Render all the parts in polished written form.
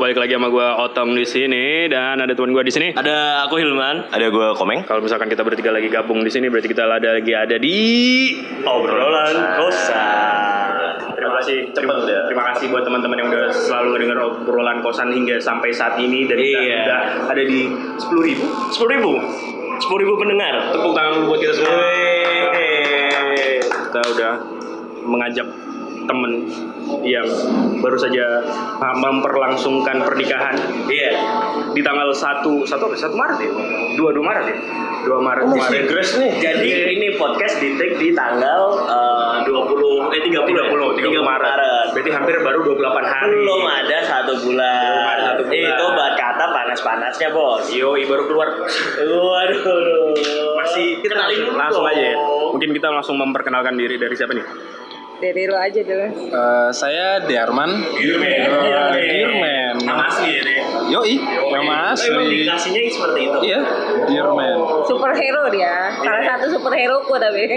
balik lagi sama gue Otong di sini dan ada teman gue di sini. Ada aku Hilman, ada gue Komeng. Kalau misalkan kita bertiga lagi gabung di sini, berarti kita ada di obrolan kosan. Terima kasih buat teman-teman yang udah selalu ngedenger obrolan kosan hingga sampai saat ini dan kita udah ada di 10.000 pendengar. Tepuk tangan dulu buat kita semua. Kita udah mengajak temen yang baru saja memperlangsungkan pernikahan. Iya. Di tanggal 1 Maret ya? 2 Maret ya? 2 Maret kemarin. Jadi ini podcast di take di tanggal 30 Maret. Berarti hampir baru 28 hari. Belum ada 1 bulan. Itu buat kata panas-panasnya, Bos. Yoi, baru keluar. Waduh. Masih kita langsung aja ya. Mungkin kita langsung memperkenalkan diri dari siapa nih? Dari lo aja dulu. Saya Diarman. Dirman. Nama asli ya, deh. Yoi, nama asli. Emang dikasihnya seperti itu. Iya, Dirman. Superhero dia. Salah satu superhero ku tapi.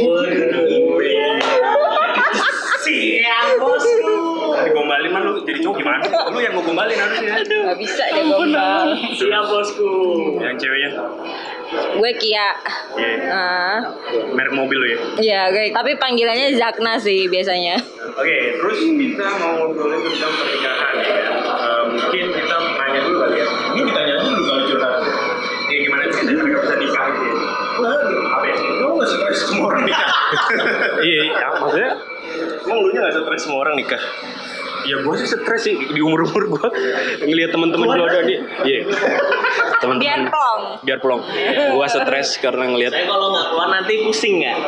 Siap, Bosku. Digombalin man lu jadi cowok gimana? Lu yang mau gombalin harusnya. Gak bisa dia gombal. Siap, Bosku. Yang ceweknya? Gue Kia. Merek mobil lu ya? Iya, guys. Tapi panggilannya Zakna sih biasanya. Oke, terus kita mau ngobrolin tentang pernikahan ya. Mungkin kita tanya dulu kali ya. Ini kita tanya dulu kalau curhat. Ya gimana sih mereka bisa nikah gitu ya? Apa ya? Lu gak stres semua orang nikah? Iya, maksudnya Emang lu nya gak stres semua orang nikah? ya gue sih stres sih di umur-umur gue ngelihat teman-teman gue ada di teman-teman biar plong gue stres karena ngelihat Saya kalau nggak keluar nanti pusing nggak?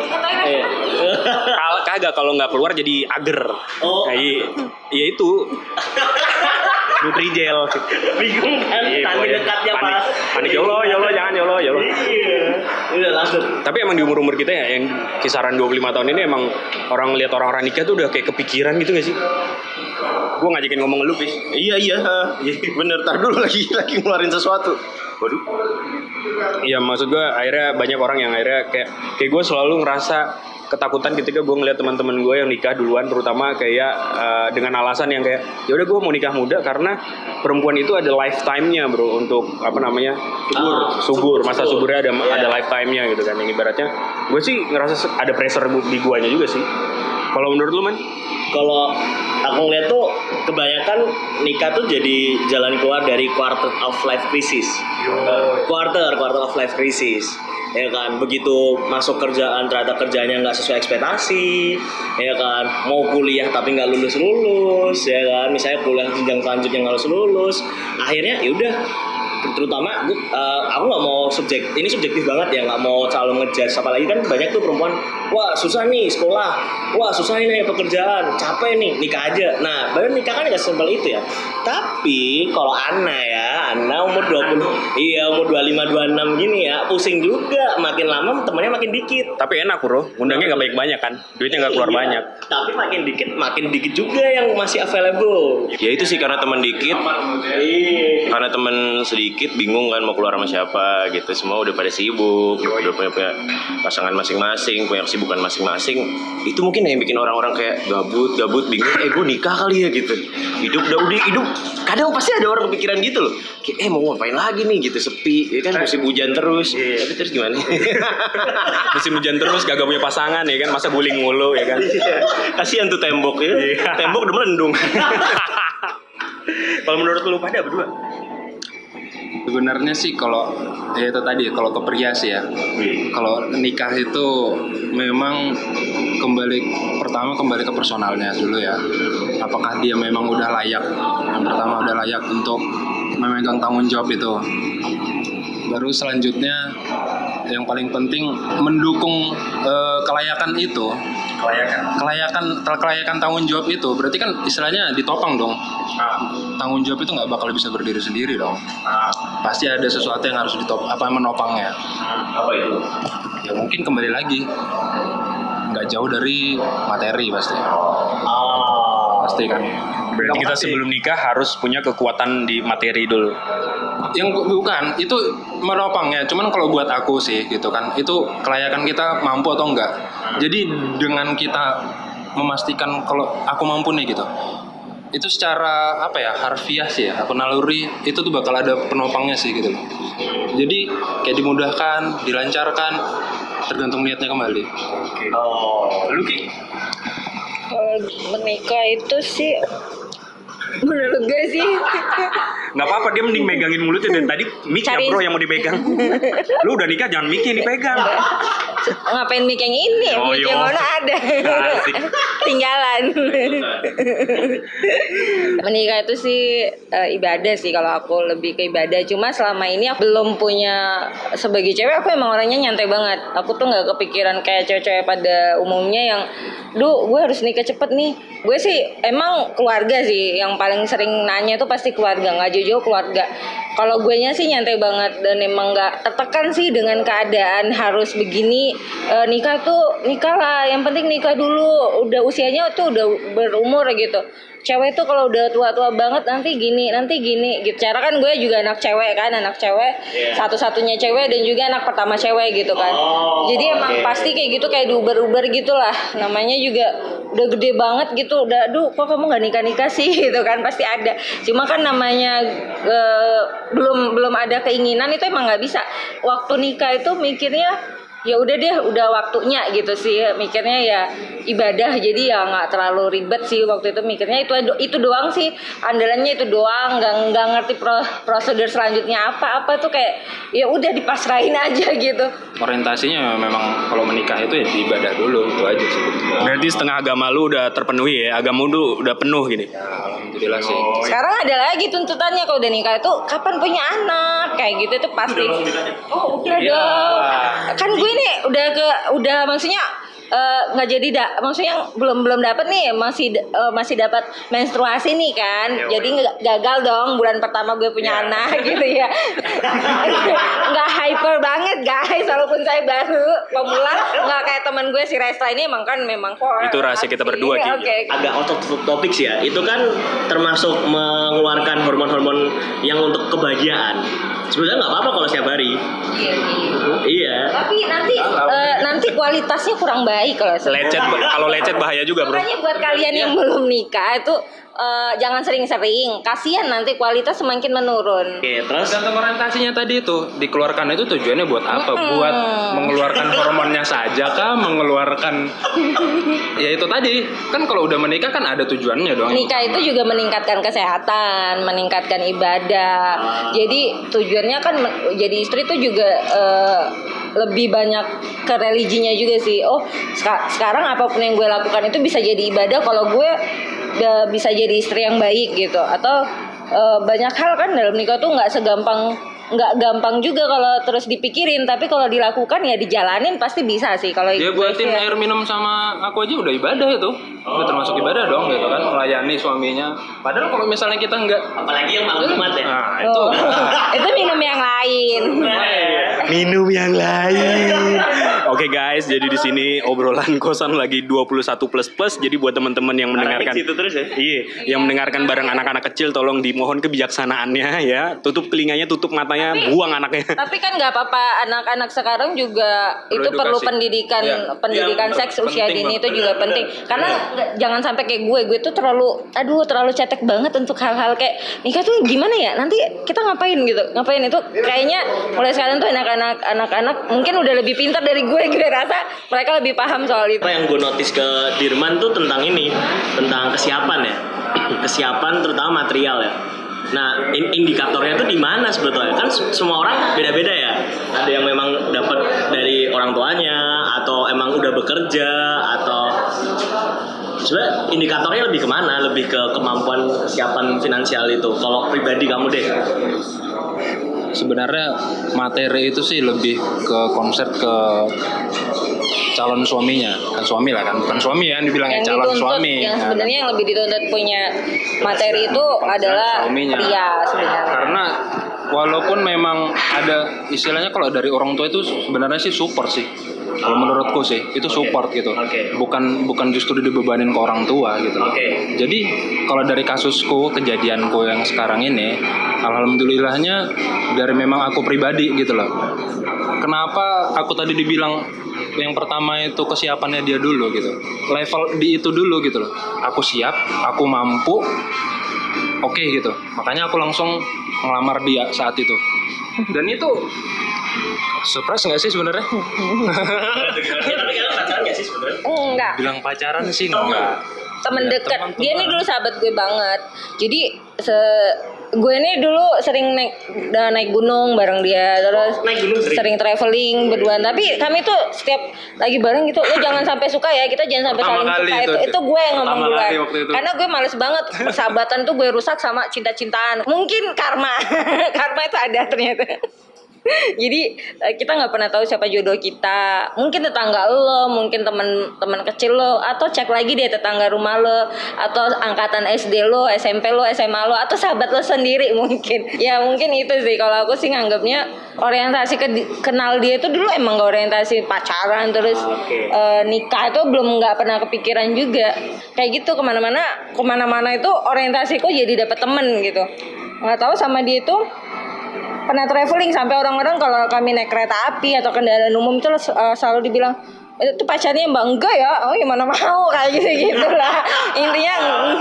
kagak kalau nggak keluar jadi ager. Nah, iya itu Nutrijel. Bingung kan? Tadi dekatnya pas. Panik ya Allah jangan ya Allah. Iya. Udah langsung. Tapi emang di umur-umur kita ya yang kisaran 25 tahun ini emang orang lihat orang-orang nikah tuh udah kayak kepikiran gitu gak sih? Gue ngajakin ngomong lu, Pis. Iya, bener. Tar dulu lagi ngeluarin sesuatu. Waduh. Iya, maksud gue akhirnya banyak orang yang akhirnya kayak gue selalu ngerasa ketakutan ketika gue ngeliat teman-teman gue yang nikah duluan, terutama kayak dengan alasan yang kayak ya udah gue mau nikah muda karena perempuan itu ada lifetime-nya bro untuk subur masa suburnya ada lifetime-nya gitu kan, yang ibaratnya gue sih ngerasa ada pressure di guanya juga sih. Kalau menurut lu man? Kalau aku ngeliat tuh kebanyakan nikah tuh jadi jalan keluar dari quarter of life crisis. Quarter of life crisis. Ya kan, begitu masuk kerjaan ternyata kerjanya nggak sesuai ekspektasi, ya kan, mau kuliah tapi nggak lulus, ya kan, misalnya kuliah jenjang selanjutnya nggak lulus, akhirnya ya udah. Terutama aku nggak mau ini subjektif banget ya, nggak mau selalu ngejudge, apalagi kan banyak tuh perempuan, wah susah nih sekolah, wah susah ini pekerjaan, capek nih, nikah aja. Nah baru nikah kan nggak simpel itu ya. Tapi kalau Ana umur 20, umur 25, 26 gini ya, pusing juga, makin lama temannya makin dikit. Tapi enak bro, undangnya nggak banyak kan, duitnya nggak keluar banyak. Tapi makin dikit juga yang masih available. Ya itu sih karena teman dikit. Karena teman sedikit bingung kan mau keluar sama siapa gitu, semua udah pada sibuk, udah punya pasangan masing-masing, punya kesibukan masing-masing. Itu mungkin yang bikin orang-orang kayak gabut bingung, gue nikah kali ya gitu. Hidup kadang pasti ada orang kepikiran gitu loh, kayak mau ngapain lagi nih gitu, sepi ya kan, musim hujan terus. Tapi terus gimana? Musim hujan terus gak punya pasangan ya kan, masa guling mulu ya kan. Kasihan tuh tembok ya. Tembok udah melendung. Kalau menurut lu pada berdua? Sebenarnya sih kalau ya itu tadi, kalau ke pria sih ya, kalau nikah itu memang kembali ke personalnya dulu ya. Apakah dia memang udah layak? Yang pertama udah layak untuk memegang tanggung jawab itu. Baru selanjutnya yang paling penting mendukung kelayakan itu. Kelayakan tanggung jawab itu berarti kan istilahnya ditopang dong. Tanggung jawab itu nggak bakal bisa berdiri sendiri dong. Pasti ada sesuatu yang harus menopangnya. Apa itu? Ya mungkin kembali lagi nggak jauh dari materi pasti. Pasti kan. Berarti kita sebelum nikah harus punya kekuatan di materi dulu. Yang bukan itu menopangnya, cuman kalau buat aku sih gitu kan, itu kelayakan kita mampu atau enggak. Jadi dengan kita memastikan kalau aku mampu nih gitu, itu secara apa ya, harfiah sih ya, atau naluri itu tuh bakal ada penopangnya sih gitu. Jadi kayak dimudahkan, dilancarkan, tergantung niatnya kembali. Lu Ki? Kalau menikah itu sih menurut gue sih Nggak apa-apa, dia mending megangin mulutnya dari tadi mic-nya Cari- bro yang mau dipegang. Lu udah nikah jangan mic-nya dipegang. ngapain mic yang ini, Oh, mic yo. yang mana ada Asik. tinggalan. Menikah itu sih ibadah sih, kalau aku lebih ke ibadah. Cuma selama ini aku belum punya, sebagai cewek aku emang orangnya nyantai banget. Aku tuh nggak kepikiran kayak cewek-cewek pada umumnya yang gue harus nikah cepet nih. Gue sih emang keluarga sih yang paling sering nanya tuh pasti keluarga, nggak jauh-jauh keluarga. Kalau gue nya sih nyantai banget dan emang nggak tertekan sih dengan keadaan harus begini. Nikah tuh nikah lah, yang penting nikah dulu. Udah usianya tuh udah berumur gitu. Cewek tuh kalau udah tua-tua banget nanti gini gitu. Cara kan gue juga anak cewek kan, satu-satunya cewek dan juga anak pertama cewek gitu kan. Jadi emang pasti kayak gitu, kayak diuber-uber gitulah. Namanya juga udah gede banget gitu. Udah, aduh kok kamu nggak nikah sih gitu kan, pasti ada. Cuma kan namanya belum ada keinginan itu emang nggak bisa. Waktu nikah itu mikirnya ya udah deh, udah waktunya gitu sih, mikirnya ya ibadah, jadi ya nggak terlalu ribet sih waktu itu mikirnya. Itu doang sih andalannya, itu doang, nggak ngerti prosedur selanjutnya apa tuh, kayak ya udah dipasrahin aja gitu. Orientasinya memang kalau menikah itu ya di ibadah dulu, itu aja sih. Berarti setengah agama lu udah terpenuhi ya, agama lu udah penuh gini. Alhamdulillah sih. Sekarang ada lagi tuntutannya kalau udah nikah itu kapan punya anak, kayak gitu itu pasti. Oh udah dong. Kan gue nih udah maksudnya nggak jadi maksudnya belum dapat nih, masih dapat menstruasi nih kan, jadi gagal dong bulan pertama gue punya anak gitu ya. Nggak hyper banget guys, walaupun saya baru pemula, nggak kayak teman gue si Resta ini memang Itu rahasia kita berdua, Ki. Oke. Agak out of topik sih ya. Itu kan termasuk mengeluarkan hormon-hormon yang untuk kebahagiaan. Sebenarnya nggak apa-apa kalau setiap hari. Iya. Tapi nanti kualitasnya kurang baik kalau Kalau lecet bahaya juga bro. Makanya buat kalian yang belum nikah itu jangan sering-sering. Kasihan nanti kualitas semakin menurun. Oke, terus Tergantung orientasinya tadi itu, dikeluarkan itu tujuannya buat apa? Buat mengeluarkan hormonnya saja kah? Mengeluarkan ya itu tadi kan, kalau udah menikah kan ada tujuannya dong. Nikah itu juga meningkatkan kesehatan, meningkatkan ibadah. Jadi tujuannya kan jadi istri itu juga lebih banyak ke religinya juga sih. Oh sekarang apapun yang gue lakukan itu bisa jadi ibadah kalau gue bisa jadi istri yang baik gitu. Atau banyak hal kan dalam nikah tuh nggak gampang juga kalau terus dipikirin, tapi kalau dilakukan ya dijalanin pasti bisa sih. Kalau Dia buatin air minum sama aku aja udah ibadah itu. Udah termasuk ibadah dong gitu kan, melayani suaminya. Padahal kalau misalnya kita enggak, apalagi yang malam Jumat ya. nah itu itu minum yang lain. Minum yang lain. Oke guys, jadi di sini obrolan kosan lagi 21++. Jadi buat teman-teman yang mendengarkan, Situ terus ya. iya, yang mendengarkan bareng anak-anak kecil, tolong dimohon kebijaksanaannya ya. Tutup telinganya, tutup matanya, buang anaknya. Tapi kan nggak apa-apa, anak-anak sekarang juga itu perlu edukasi. pendidikan Iya. pendidikan Iya, seks usia penting dini banget. itu juga penting. Karena jangan sampai kayak gue tuh terlalu cetek banget untuk hal-hal kayak nikah tuh gimana ya, nanti kita ngapain gitu, ngapain itu kayaknya mulai sekarang tuh anak-anak mungkin udah lebih pintar dari gue rasa mereka lebih paham soal itu. Apa yang gue notice ke Dirman tuh tentang ini, tentang kesiapan ya, kesiapan terutama material ya. Nah, indikatornya tuh di mana sebetulnya? Kan semua orang beda-beda ya. Ada yang memang dapat dari orang tuanya, atau emang udah bekerja, atau sebenarnya indikatornya lebih kemana? Lebih ke kemampuan kesiapan finansial itu. Kalau pribadi kamu deh. sebenarnya materi itu sih lebih ke konsep ke calon suaminya, kan suami lah kan, bukan suami ya dibilangnya Yang calon dituntut, suami. yang Nah, sebenarnya yang lebih dituntut punya materi itu adalah suaminya. pria sebenarnya. Karena walaupun memang ada istilahnya, kalau dari orang tua itu sebenarnya sih support sih. Kalau menurutku sih itu support gitu. Oke. Bukan justru dibebanin ke orang tua gitu. Oke. Jadi kalau dari kasusku, kejadianku yang sekarang ini, alhamdulillahnya dari memang aku pribadi gitu loh. Kenapa aku tadi dibilang yang pertama itu kesiapannya dia dulu gitu. Level di itu dulu gitu loh. Aku siap, aku mampu. Oke gitu. Makanya aku langsung ngelamar dia saat itu. Dan itu surprise nggak sih sebenarnya? Tapi kalian pacaran nggak sih sebenarnya? Enggak. Bilang pacaran sih enggak. Temen Ya, dekat. teman-teman. Dia ini dulu sahabat gue banget. Jadi gue ini dulu sering naik gunung bareng dia, terus naik gunung sering? traveling berdua. Tapi kami tuh setiap lagi bareng gitu, lo jangan sampai suka ya, kita jangan sampai Pertama saling kali suka. itu. Itu gue yang ngomong Pertama duluan. kali waktu itu. Karena gue males banget persahabatan tuh gue rusak sama cinta-cintaan. Mungkin karma, karma itu ada ternyata. Jadi kita nggak pernah tahu siapa jodoh kita. Mungkin tetangga lo, mungkin teman kecil lo, atau cek lagi deh tetangga rumah lo, atau angkatan SD lo, SMP lo, SMA lo, atau sahabat lo sendiri mungkin. Ya mungkin itu sih. Kalau aku sih nganggapnya orientasi kenal dia itu dulu emang gak orientasi pacaran, terus nikah itu belum, nggak pernah kepikiran juga. Kayak gitu kemana-mana itu orientasiku jadi dapet temen gitu. Nggak tahu sama dia itu pernah traveling sampai orang-orang kalau kami naik kereta api atau kendaraan umum itu selalu dibilang itu pacarnya mbak, enggak ya, oh gimana mau kayak gitu lah. Intinya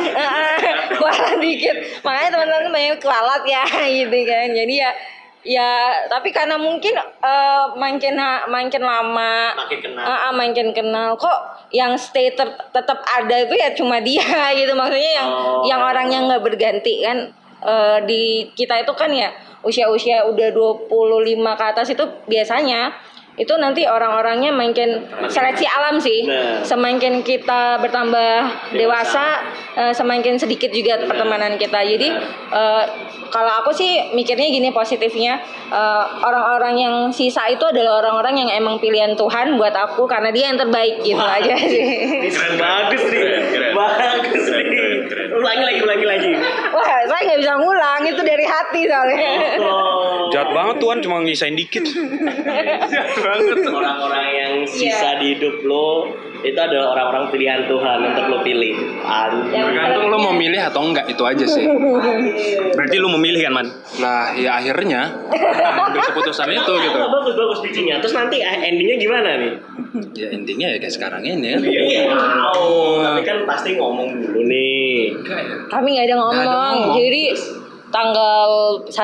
kualat dikit, makanya teman-teman banyak kualat ya gitu kan. Jadi ya tapi karena mungkin makin lama makin kenal kok yang stay tetap ada itu ya cuma dia gitu. Maksudnya yang orangnya nggak berganti kan. Di kita itu kan ya usia udah 25 ke atas itu biasanya itu nanti orang-orangnya makin seleksi alam sih. Semakin kita bertambah dewasa, semakin sedikit juga pertemanan kita. Jadi kalau aku sih mikirnya gini positifnya, orang-orang yang sisa itu adalah orang-orang yang emang pilihan Tuhan buat aku karena dia yang terbaik gitu aja sih. Bagus nih. Bagus nih. Ulangi lagi. Wah, saya nggak bisa ngulang, itu dari hati soalnya. Jahat banget Tuhan cuma ngisain dikit. Orang-orang yang sisa di hidup lo itu adalah orang-orang pilihan Tuhan untuk lo pilih. Tergantung lo mau milih atau enggak, itu aja sih. Berarti lu memilih kan, Man? Lah ya akhirnya ambil keputusan itu gitu. Bagus pitchingnya. Terus nanti endingnya gimana nih? Ya intinya ya kayak sekarang ini kan. Iya. Tapi kan pasti ngomong dulu nih. Kami nggak ada ngomong. Jadi tanggal 1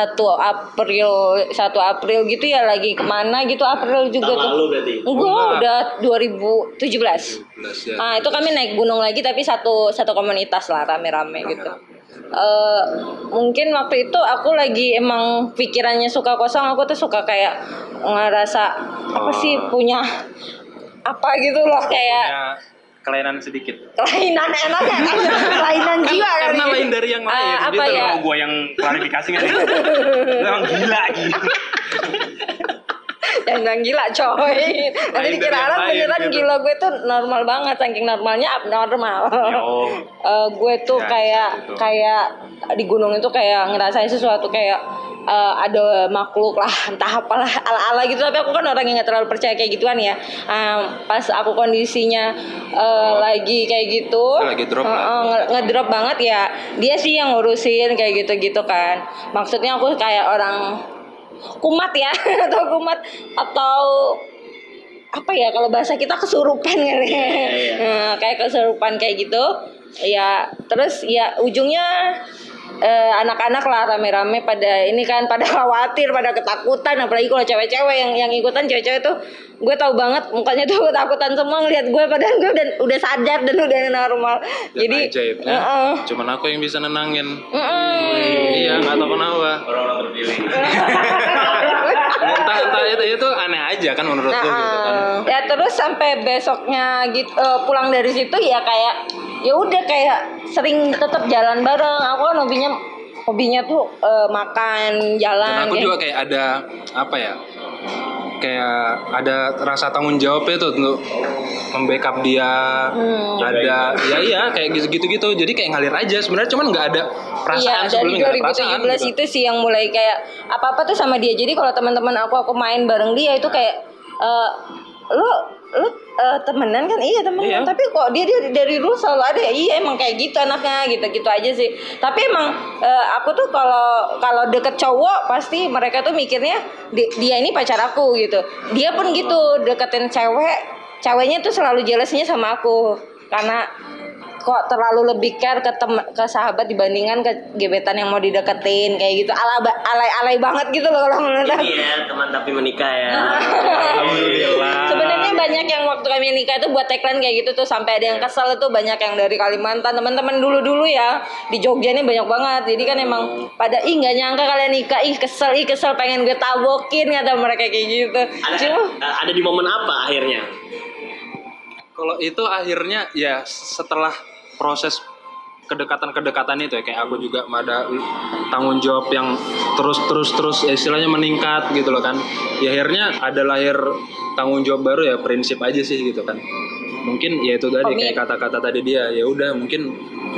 April gitu ya lagi kemana gitu April juga Tahun tuh. lalu berarti? Enggak, udah 2017. Ya. Nah, itu kami naik gunung lagi tapi satu komunitas lah rame-rame gitu. Mungkin waktu itu aku lagi emang pikirannya suka kosong, aku tuh suka kayak ngerasa apa sih punya apa gitu loh kayak Kelainan sedikit. kelainan enaknya kelainan jiwa kali. Karena lain dari yang lain. Apa gitu ya? loh. Mau gue yang klarifikasi nggak sih? Lu emang gila gitu. Jangan gila coy. Nanti Lain dikira dari yang orang lain beneran gitu. gila. Gue tuh normal banget, saking normalnya abnormal. Gue tuh Ya, kayak di gunung itu kayak ngerasain sesuatu kayak ada makhluk lah, entah apalah ala-ala gitu. Tapi aku kan orang yang gak terlalu percaya kayak gituan ya. Pas aku kondisinya lagi kayak gitu, Lagi drop lah. ngedrop banget ya. Dia sih yang ngurusin kayak gitu-gitu kan. Maksudnya aku kayak orang kumat ya atau apa ya kalau bahasa kita kesurupan kali ya. Nah, kayak kesurupan kayak gitu ya. Terus ya ujungnya anak-anak lah rame-rame pada ini kan, pada khawatir, pada ketakutan, apalagi kalau cewek-cewek yang ikutan. Cewek-cewek tuh gue tahu banget mukanya tuh ketakutan semua ngeliat gue, padahal gue udah sadar dan udah normal. Dan Jadi ajaibnya, cuman aku yang bisa nenangin. Iya, nggak tahu kenapa. Orang-orang terpilih. Entah itu aneh aja kan menurutku gitu kan. Ya terus sampai besoknya gitu pulang dari situ ya kayak ya udah kayak sering tetap jalan bareng. Aku kan hobinya tuh makan, jalan. Dan aku kayak juga kayak ada apa ya? Kayak ada rasa tanggung jawab itu untuk membackup dia. Ada ya kayak gitu. Jadi kayak ngalir aja. Sebenarnya cuman nggak ada perasaan dari sebelumnya, nggak ada perasaan. 2017 Gitu. itu sih yang mulai kayak apa-apa tuh sama dia. Jadi kalau teman-teman aku main bareng dia itu kayak lu temenan kan? Iya temenan. Iya. Tapi kok dia dari dulu selalu ada ya? Iya emang kayak gitu anaknya, gitu aja sih. Tapi emang aku tuh kalau deket cowok pasti mereka tuh mikirnya dia ini pacar aku gitu. Dia pun gitu deketin cewek ceweknya tuh selalu jealousnya sama aku karena kok terlalu lebih care ke sahabat dibandingkan ke gebetan yang mau dideketin kayak gitu, alay banget gitu loh kalau menurut aku. Ini ya teman tapi menikah ya. Sebenarnya banyak yang waktu kami nikah itu buat tagline kayak gitu tuh, sampai ada yang kesel tuh, banyak yang dari Kalimantan, teman-teman dulu ya di Jogja ini banyak banget. Jadi kan emang pada nggak nyangka kalian nikah, kesel pengen gue tabokin kata mereka kayak gitu. Ada di momen apa akhirnya? Kalau itu akhirnya ya setelah proses kedekatan itu ya, kayak aku juga ada tanggung jawab yang terus ya istilahnya meningkat gitu loh kan. Ya akhirnya ada lahir tanggung jawab baru ya, prinsip aja sih gitu kan. Mungkin ya itu tadi kayak kata-kata tadi dia, ya udah mungkin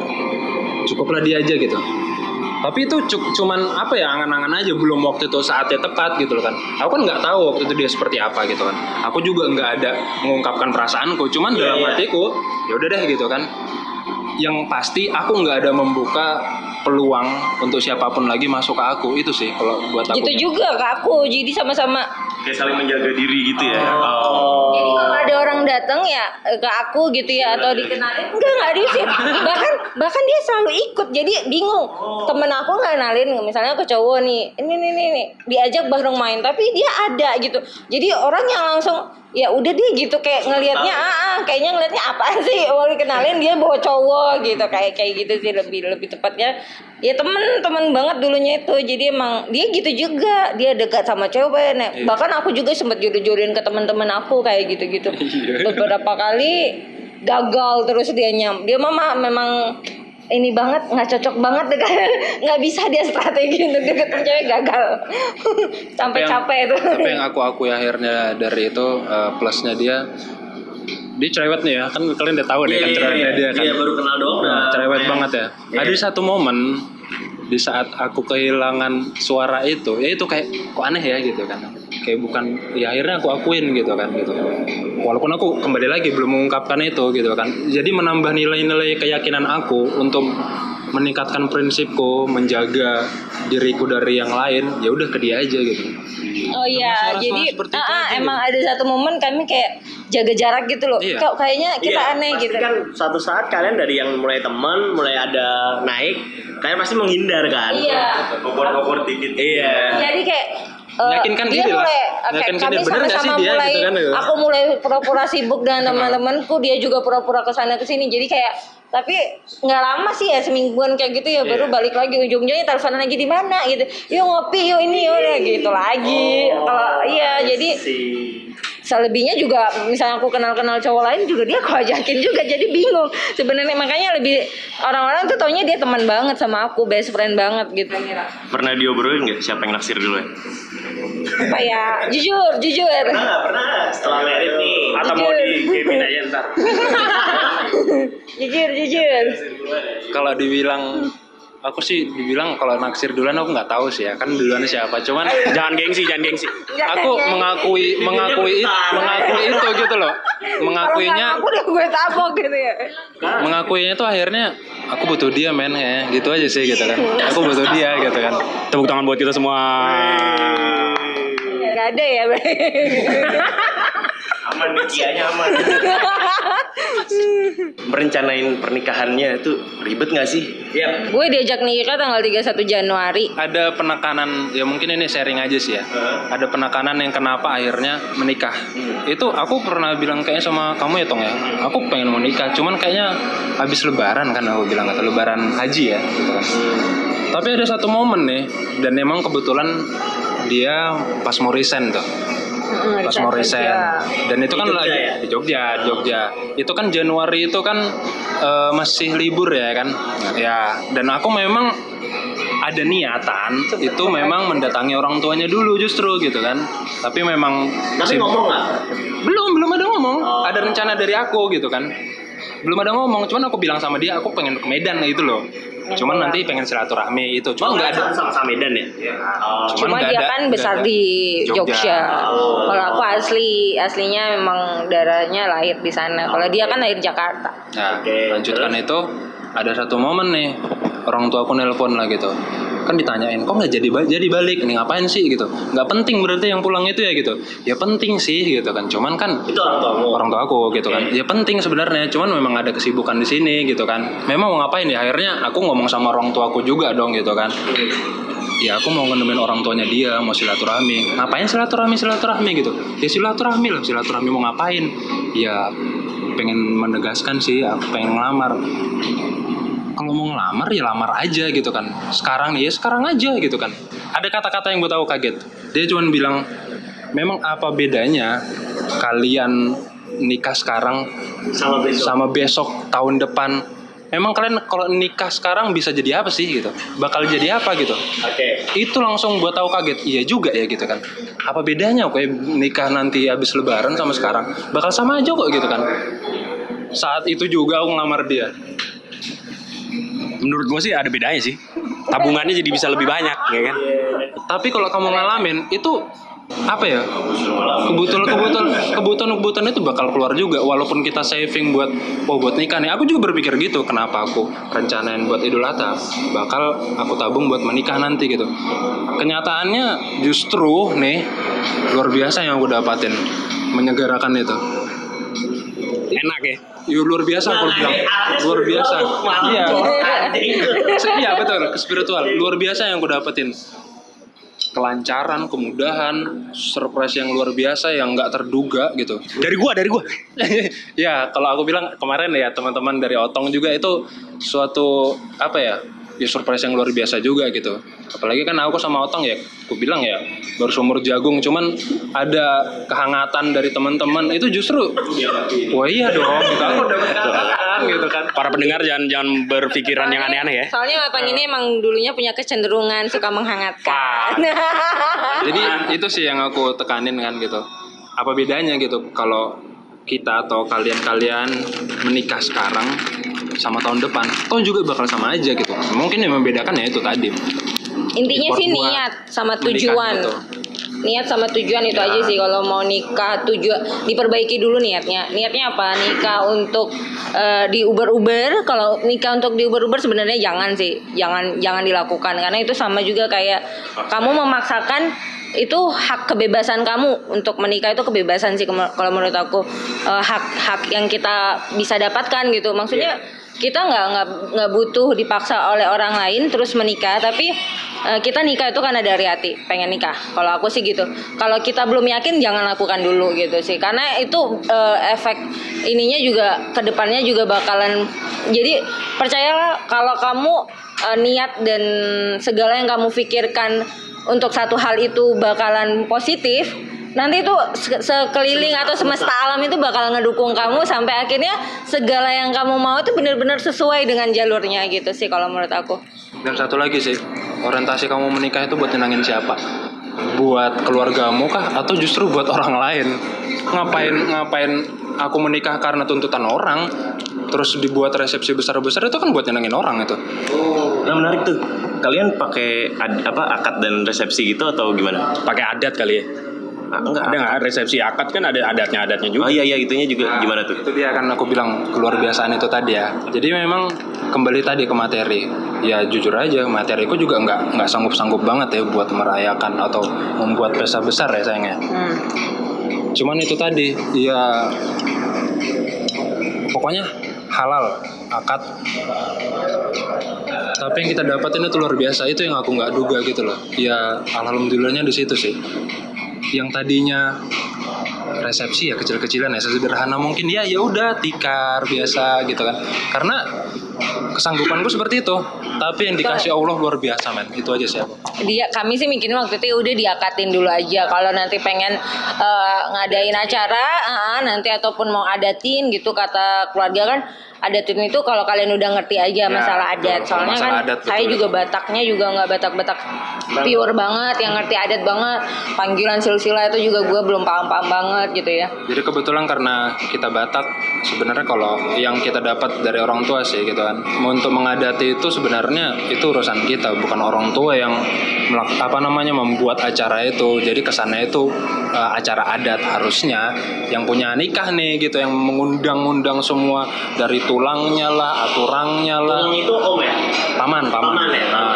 cukuplah dia aja gitu. Tapi itu cuman apa ya, angan-angan aja, belum waktu itu saatnya tepat gitu loh kan. Aku kan nggak tahu waktu itu dia seperti apa gitu kan. Aku juga nggak ada mengungkapkan perasaanku, cuman dalam hatiku ya udah deh gitu kan. Yang pasti aku nggak ada membuka peluang untuk siapapun lagi masuk ke aku, itu sih kalau buat aku. Gitu juga ke aku, jadi sama-sama Kayak saling menjaga diri gitu ya. Jadi kalau ada orang datang ya ke aku gitu ya, atau dikenalin, enggak diusir. Bahkan dia selalu ikut. Jadi bingung. Temen aku nggak kenalin, misalnya ke cowok nih, ini diajak bareng main, tapi dia ada gitu. Jadi orang yang langsung ya udah dia gitu kayak ngelihatnya kayaknya ngelihatnya apaan sih, mau dikenalin dia bawa cowok gitu, kayak gitu sih lebih tepatnya. Ya temen banget dulunya itu. Jadi emang dia gitu juga, dia dekat sama cewek. Bahkan aku juga sempat jodoh-jodohin ke teman-teman aku kayak gitu-gitu. Beberapa kali gagal terus dia mama memang ini banget, nggak cocok banget dengan nggak bisa dia strategi untuk deketin cewek, gagal. Sampai capek itu. Tapi yang aku akui akhirnya dari itu plusnya dia cerewet nih ya, kan kalian udah tahu deh kan cerewetnya dia kan. Iya, baru kenal doang. Cerewet banget ya. Ada satu momen di saat aku kehilangan suara itu, ya itu kayak kok aneh ya gitu kan. Kayak bukan, ya akhirnya aku akuin gitu kan gitu. Walaupun aku kembali lagi belum mengungkapkan itu gitu kan. Jadi menambah nilai-nilai keyakinan aku untuk meningkatkan prinsipku, menjaga diriku dari yang lain, ya udah ke dia aja gitu. Oh iya, jadi emang ada satu momen kami kayak jaga jarak gitu loh. Iya. Kok kayaknya kita aneh gitu. Kan suatu saat kalian dari yang mulai teman, mulai ada naik, kalian pasti menghindar kan? Iya. Awkward dikit. Iya. Jadi kayak Meyakinkan dia diri lah. mulai Meyakinkan kami diri, bener nggak sama-sama sih dia mulai gitu kan, gitu. aku mulai pura-pura sibuk dengan teman-temanku, dia juga pura-pura kesana kesini. Jadi kayak tapi nggak lama sih ya, semingguan kayak gitu ya, baru balik lagi, ujungnya teleponan lagi di mana gitu, yuk ngopi yuk ini yuk gitu lagi. Kalau iya jadi selebihnya juga misalnya aku kenal cowok lain juga dia aku ajakin juga, jadi bingung sebenarnya. Makanya lebih orang-orang tuh taunya dia teman banget sama aku, best friend banget gitu. Pernah diobrolin nggak siapa yang naksir dulu ya? Apa ya, jujur Pernah setelah merit nih. Atau mau di gaming aja ntar. jujur Kalau dibilang, aku sih dibilang kalau naksir duluan aku nggak tahu sih ya, kan duluan siapa, cuman Jangan gengsi. aku mengakui itu gitu loh, mengakuinya aku udah gue tabok gitu ya. mengakuinya itu akhirnya aku butuh dia men, ya gitu aja sih gitu kan, aku butuh dia gitu kan. Tepuk tangan buat kita semua. Ya, gak ada ya. Aman nih, kianya aman. Merencanain pernikahannya itu ribet nggak sih? Iya. Gue diajak nikah tanggal 31 Januari. Ada penekanan, ya mungkin ini sharing aja sih ya. Ada penekanan yang kenapa akhirnya menikah. Itu aku pernah bilang kayaknya sama kamu ya Tong ya. Aku pengen mau nikah, cuman kayaknya habis lebaran kan aku bilang, atau lebaran haji ya gitu kan. Tapi ada satu momen nih, dan memang kebetulan dia pas mau resign tuh. Pas mau resign. Dan itu kan lagi di Jogja. Itu kan Januari itu kan masih libur ya kan. Ya, dan aku memang ada niatan itu memang mendatangi orang tuanya dulu justru gitu kan. Tapi memang Tapi ngomong nggak? belum ada ngomong. Ada rencana dari aku gitu kan. Belum ada ngomong, cuman aku bilang sama dia aku pengen ke Medan gitu loh. Cuman nanti pengen silaturahmi itu. Cuma nggak ada sama Medan ya? Cuma nggak dia ada- kan nggak besar ada. di Jogja. Oh. Kalau aku aslinya memang darahnya lahir di sana. Kalau dia kan lahir Jakarta. Nah, lanjutkan itu ada satu momen nih, orang tua aku nelpon lah gitu. kan ditanyain kok nggak jadi balik nih, ngapain sih gitu. Nggak penting berarti yang pulang itu ya gitu. Ya penting sih gitu kan, cuman kan Itu orang tua aku gitu kan. Ya penting sebenarnya, cuman memang ada kesibukan di sini gitu kan. Memang mau ngapain ya, akhirnya aku ngomong sama orang tua aku juga dong gitu kan. Ya aku mau nemenin orang tuanya dia, mau silaturahmi. Ngapain silaturahmi gitu? Ya silaturahmi lah, silaturahmi mau ngapain? Ya pengen menegaskan sih, aku pengen ngelamar. Kalau mau ngelamar ya lamar aja gitu kan. Sekarang nih ya sekarang aja gitu kan. Ada kata-kata yang buat aku kaget. Dia cuma bilang, memang apa bedanya kalian nikah sekarang sama besok tahun depan? Memang kalian kalau nikah sekarang bisa jadi apa sih gitu? Bakal jadi apa gitu? Oke. Itu langsung buat aku kaget. Iya juga ya gitu kan. Apa bedanya kayak nikah nanti habis lebaran sama sekarang? Bakal sama aja kok gitu kan. Saat itu juga aku ngelamar dia. Menurut gue sih ada bedanya sih. Tabungannya jadi bisa lebih banyak, ya kan? Tapi kalau kamu ngalamin itu apa ya, kebutuhan itu bakal keluar juga walaupun kita saving buat nikah nih. Aku juga berpikir gitu, kenapa aku rencanain buat Idul Adha bakal aku tabung buat menikah nanti gitu. Kenyataannya justru nih luar biasa yang aku dapatin, menyegerakan itu. Enak ya. Luar biasa aku bilang, luar biasa. Iya. Iya betul, spiritual. Luar biasa yang aku dapetin. Kelancaran, kemudahan, surprise yang luar biasa yang nggak terduga gitu. Dari gua. Ya kalau aku bilang kemarin ya teman-teman dari Otong juga itu suatu apa ya surprise yang luar biasa juga gitu. Apalagi kan aku sama Otong ya, aku bilang ya baru seumur jagung, cuman ada kehangatan dari teman-teman itu justru. Wah iya dong, gitu aku dapat kehangatan gitu kan. Para pendengar jangan berpikiran yang aneh-aneh ya. Soalnya Otong ini emang dulunya punya kecenderungan suka menghangatkan. Jadi itu sih yang aku tekanin kan gitu. Apa bedanya gitu kalau kita atau kalian menikah sekarang sama tahun depan, toh juga bakal sama aja gitu. Mungkin yang membedakan ya itu tadi. Intinya sih niat sama tujuan. Gitu. Niat sama tujuan itu aja sih. Kalau mau nikah diperbaiki dulu niatnya. Niatnya apa? Nikah untuk diuber-uber. Kalau nikah untuk diuber-uber sebenarnya jangan sih. Jangan dilakukan karena itu sama juga kayak kamu memaksakan. Itu hak kebebasan kamu untuk menikah, itu kebebasan sih kalau menurut aku. Hak yang kita bisa dapatkan gitu. Maksudnya kita nggak butuh dipaksa oleh orang lain terus menikah, tapi kita nikah itu karena dari hati pengen nikah. Kalau aku sih gitu. Kalau kita belum yakin jangan lakukan dulu gitu sih, karena itu efek ininya juga kedepannya juga bakalan. Jadi percayalah kalau kamu niat dan segala yang kamu pikirkan untuk satu hal itu bakalan positif, nanti itu sekeliling atau semesta alam itu bakal ngedukung kamu sampai akhirnya segala yang kamu mau itu benar-benar sesuai dengan jalurnya gitu sih kalau menurut aku. Dan satu lagi sih, orientasi kamu menikah itu buat nyenangin siapa? Buat keluargamu kah atau justru buat orang lain? Ngapain aku menikah karena tuntutan orang terus dibuat resepsi besar-besar, itu kan buat nyenangin orang itu. Nah menarik tuh. Kalian pakai akad dan resepsi gitu atau gimana? Pakai adat kali ya. Enggak. Ada nggak resepsi akad kan ada adatnya juga. Oh iya itunya juga gimana tuh? Itu dia kan aku bilang keluar biasaan itu tadi ya. Jadi memang kembali tadi ke materi. Ya jujur aja materiku juga nggak sanggup banget ya buat merayakan atau membuat pesta besar ya sayangnya. Cuman itu tadi ya pokoknya halal akad. Tapi yang kita dapatin itu luar biasa, itu yang aku nggak duga gitu loh. Ya alhamdulillahnya di situ sih. Yang tadinya resepsi ya kecil-kecilan ya sederhana mungkin ya udah tikar biasa gitu kan. Karena kesanggupanku seperti itu. Tapi yang dikasih Allah luar biasa men. Itu aja sih aku. Kami sih mikirin waktu itu udah diakatin dulu aja. Kalau nanti pengen ngadain acara nanti ataupun mau adatin gitu kata keluarga kan, adatin itu kalau kalian udah ngerti aja masalah adat. Soalnya masalah kan adat, saya juga Bataknya juga nggak Batak pure banget, yang ngerti adat banget. Panggilan silsilah itu juga gue belum paham banget gitu ya. Jadi kebetulan karena kita Batak, sebenarnya kalau yang kita dapat dari orang tua sih gitu kan, untuk mengadati itu sebenarnya itu urusan kita, bukan orang tua yang membuat acara itu. Jadi kesannya itu acara adat, harusnya yang punya nikah nih gitu, yang mengundang semua dari tulangnya lah, aturangnya lah. Tulang itu om ya? Paman. Paman ya? Nah,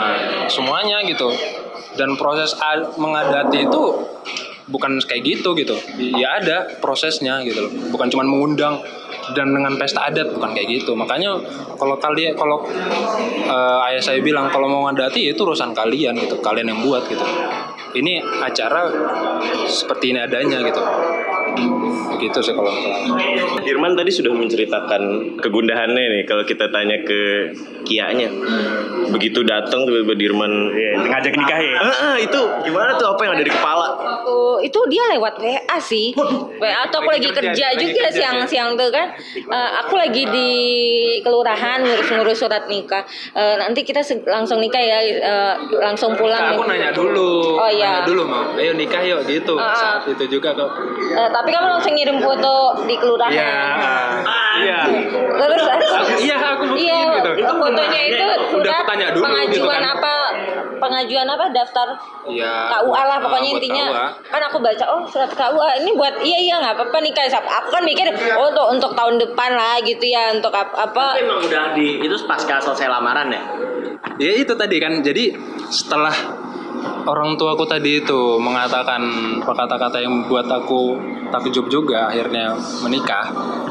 semuanya gitu. Dan proses mengadati itu bukan kayak gitu. Ya ada prosesnya gitu loh. Bukan cuma mengundang dan dengan pesta adat, bukan kayak gitu. Makanya kalau ayah saya bilang kalau mau ngadati itu urusan kalian gitu, kalian yang buat gitu. Ini acara seperti ini adanya gitu. Begitu sih kalau Dirman tadi sudah menceritakan kegundahannya nih kalau kita tanya ke Kianya. Begitu datang tiba-tiba Dirman ngajak nikah ya. Itu gimana tuh, apa yang ada di kepala? Itu dia lewat WA sih. WA atau aku lagi kerja juga siang-siang tuh kan. Aku lagi di kelurahan ngurus surat nikah. Nanti kita langsung nikah ya, langsung pulang. aku nanya dulu. Oh iya. Nanya dulu mau, ayo nikah yuk gitu. Saat itu juga kok. Tapi kamu langsung ngirim foto di kelurahan. Iya. Terus Aku buktiin gitu. fotonya itu Udah surat aku tanya dulu pengajuan gitu kan. pengajuan apa daftar Iya. KUA lah pokoknya buat intinya. KUA. Kan aku baca surat KUA ini buat iya nggak apa-apa nikah. Aku kan mikir untuk tahun depan lah gitu ya, untuk apa. Tapi emang udah itu pasca selesai lamaran ya? Ya itu tadi kan, jadi setelah orang tuaku tadi itu mengatakan kata-kata yang buat aku takjub juga, akhirnya menikah.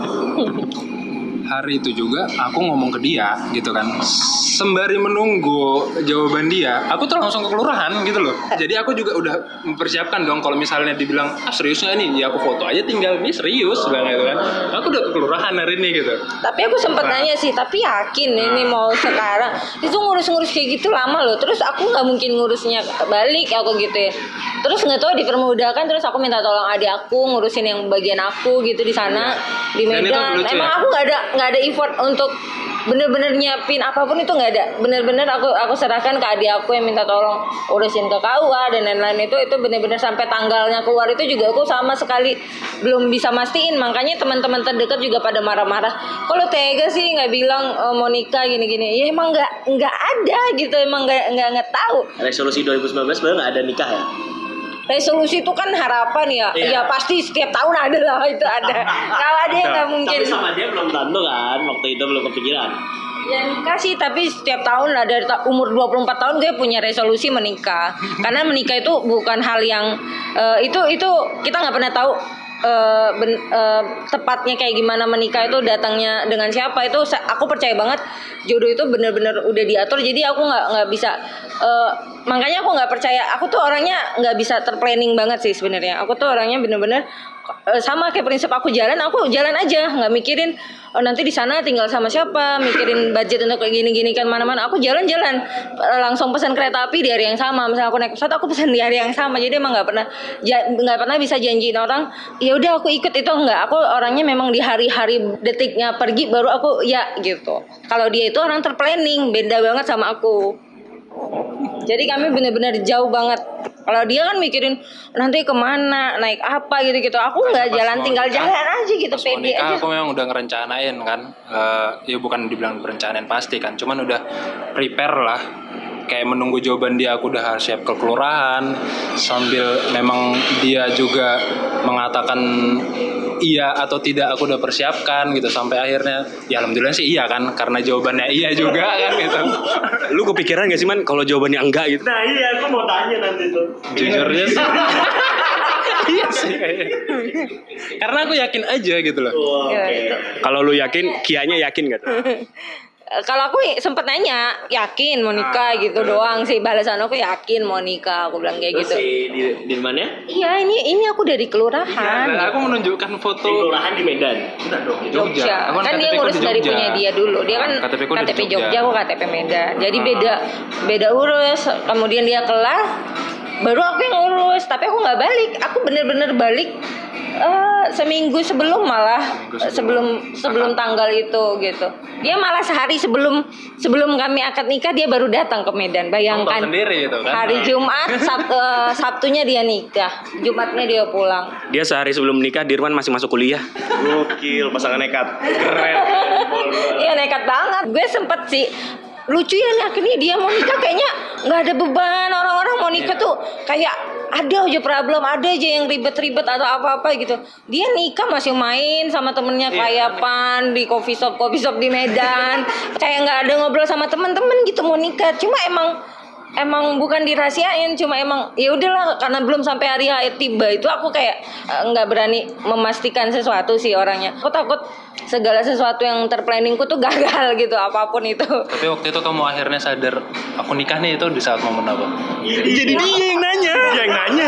Hari itu juga aku ngomong ke dia gitu kan, sembari menunggu jawaban dia, aku tuh langsung ke kelurahan gitu loh. Jadi aku juga udah mempersiapkan dong kalau misalnya dibilang serius nggak nih, ya aku foto aja tinggal, ini serius bilang gitu kan. Aku udah ke kelurahan hari ini gitu. Tapi aku sempat nanya sih, tapi yakin ini mau sekarang itu ngurus-ngurus kayak gitu lama loh. Terus aku nggak mungkin ngurusnya balik aku gitu ya. Terus nggak tahu dipermudahkan, terus aku minta tolong adik aku ngurusin yang bagian aku gitu di sana di Dan itu Medan. lucu Emang ya? aku nggak ada effort untuk bener-bener nyiapin apapun, itu nggak ada. Bener-bener aku serahkan ke adik aku yang minta tolong urusin ke KUA dan lain-lain. Itu bener-bener sampai tanggalnya keluar itu juga aku sama sekali belum bisa mastiin. Makanya teman-teman terdekat juga pada marah-marah, kalau tega sih nggak bilang mau nikah gini-gini. Ya emang nggak ada gitu, emang nggak tahu. Resolusi 2019 sebenarnya nggak ada nikah ya? Resolusi itu kan harapan ya. Iya. Ya pasti setiap tahun ada lah, itu ada. Kalau dia nggak mungkin. Tapi sama dia belum tentu kan, waktu itu belum kepikiran. Ya nikah sih, tapi setiap tahun lah dari umur 24 tahun gue punya resolusi menikah. Karena menikah itu bukan hal yang itu kita nggak pernah tahu tepatnya kayak gimana menikah itu, datangnya dengan siapa. Itu aku percaya banget jodoh itu benar-benar udah diatur. Jadi aku nggak bisa makanya aku nggak percaya. Aku tuh orangnya nggak bisa terplanning banget sih sebenarnya. Aku tuh orangnya benar-benar sama kayak prinsip aku jalan aja, nggak mikirin nanti di sana tinggal sama siapa, mikirin budget untuk kayak gini-gini kan mana-mana. Aku jalan-jalan langsung pesan kereta api di hari yang sama. Misalnya aku naik pesawat, aku pesan di hari yang sama. Jadi emang nggak pernah bisa janjiin orang ya udah aku ikut, itu nggak. Aku orangnya memang di hari-hari detiknya pergi baru aku ya gitu. Kalau dia itu orang terplanning, beda banget sama aku. Jadi kami benar-benar jauh banget. Kalau dia kan mikirin nanti kemana, naik apa gitu-gitu. Aku nggak jalan, tinggal jalan aja gitu, pede aja. Aku memang udah ngerencanain kan. Ya bukan dibilang perencanaan pasti kan, cuman udah prepare lah. Kayak menunggu jawaban dia, aku udah harus siap ke kelurahan. Sambil memang dia juga mengatakan iya atau tidak, aku udah persiapkan gitu. Sampai akhirnya ya alhamdulillah sih iya kan, karena jawabannya iya juga kan gitu. Lu kepikiran gak sih man kalau jawabannya enggak gitu? Nah iya, aku mau tanya nanti tuh. Jujurnya sih iya sih kayaknya. Karena aku yakin aja gitu loh. Kalau lu yakin, Kianya yakin gak? Kalau aku sempet nanya yakin mau nikah gitu doang sih, balasan aku yakin mau nikah, aku bilang kayak gitu. Si di mana? Iya, ini aku dari kelurahan. Nah, aku menunjukkan Di foto kelurahan di Medan. Jogja. Aku Kan dia KTP ku ngurus di dari Jogja. punya dia dulu. Dia kan KTP ku di KTP Jogja. Jogja, aku KTP Medan. Jadi beda urus. Kemudian dia kelar, baru aku yang urus. Tapi aku nggak balik. Aku bener-bener balik seminggu sebelum, malah sebelum tanggal itu gitu. Dia malah sehari sebelum kami akad nikah dia baru datang ke Medan. Bayangkan. Tahu sendiri gitu kan. Hari Jumat, Sabtunya dia nikah, Jumatnya dia pulang. Dia sehari sebelum nikah, Dirman masih masuk kuliah. Gokil, pasangan nekat. Keren. Iya nekat banget. Gue sempet sih lucu ya nih, akhirnya dia mau nikah kayaknya nggak ada beban. Orang-orang mau nikah tuh kayak ada aja problem, ada aja yang ribet-ribet atau apa-apa gitu. Dia nikah masih main sama temennya kelayapan di coffee shop di Medan. Kayak nggak ada ngobrol sama teman-teman gitu mau nikah. Cuma emang emang bukan dirahasiain, cuma emang ya udahlah karena belum sampai hari H tiba itu aku kayak nggak berani memastikan sesuatu sih orangnya. Aku takut segala sesuatu yang terplanningku tuh gagal gitu apapun itu. Tapi waktu itu kamu akhirnya sadar aku nikah nih itu di saat momen apa? Jadi dia yang nanya.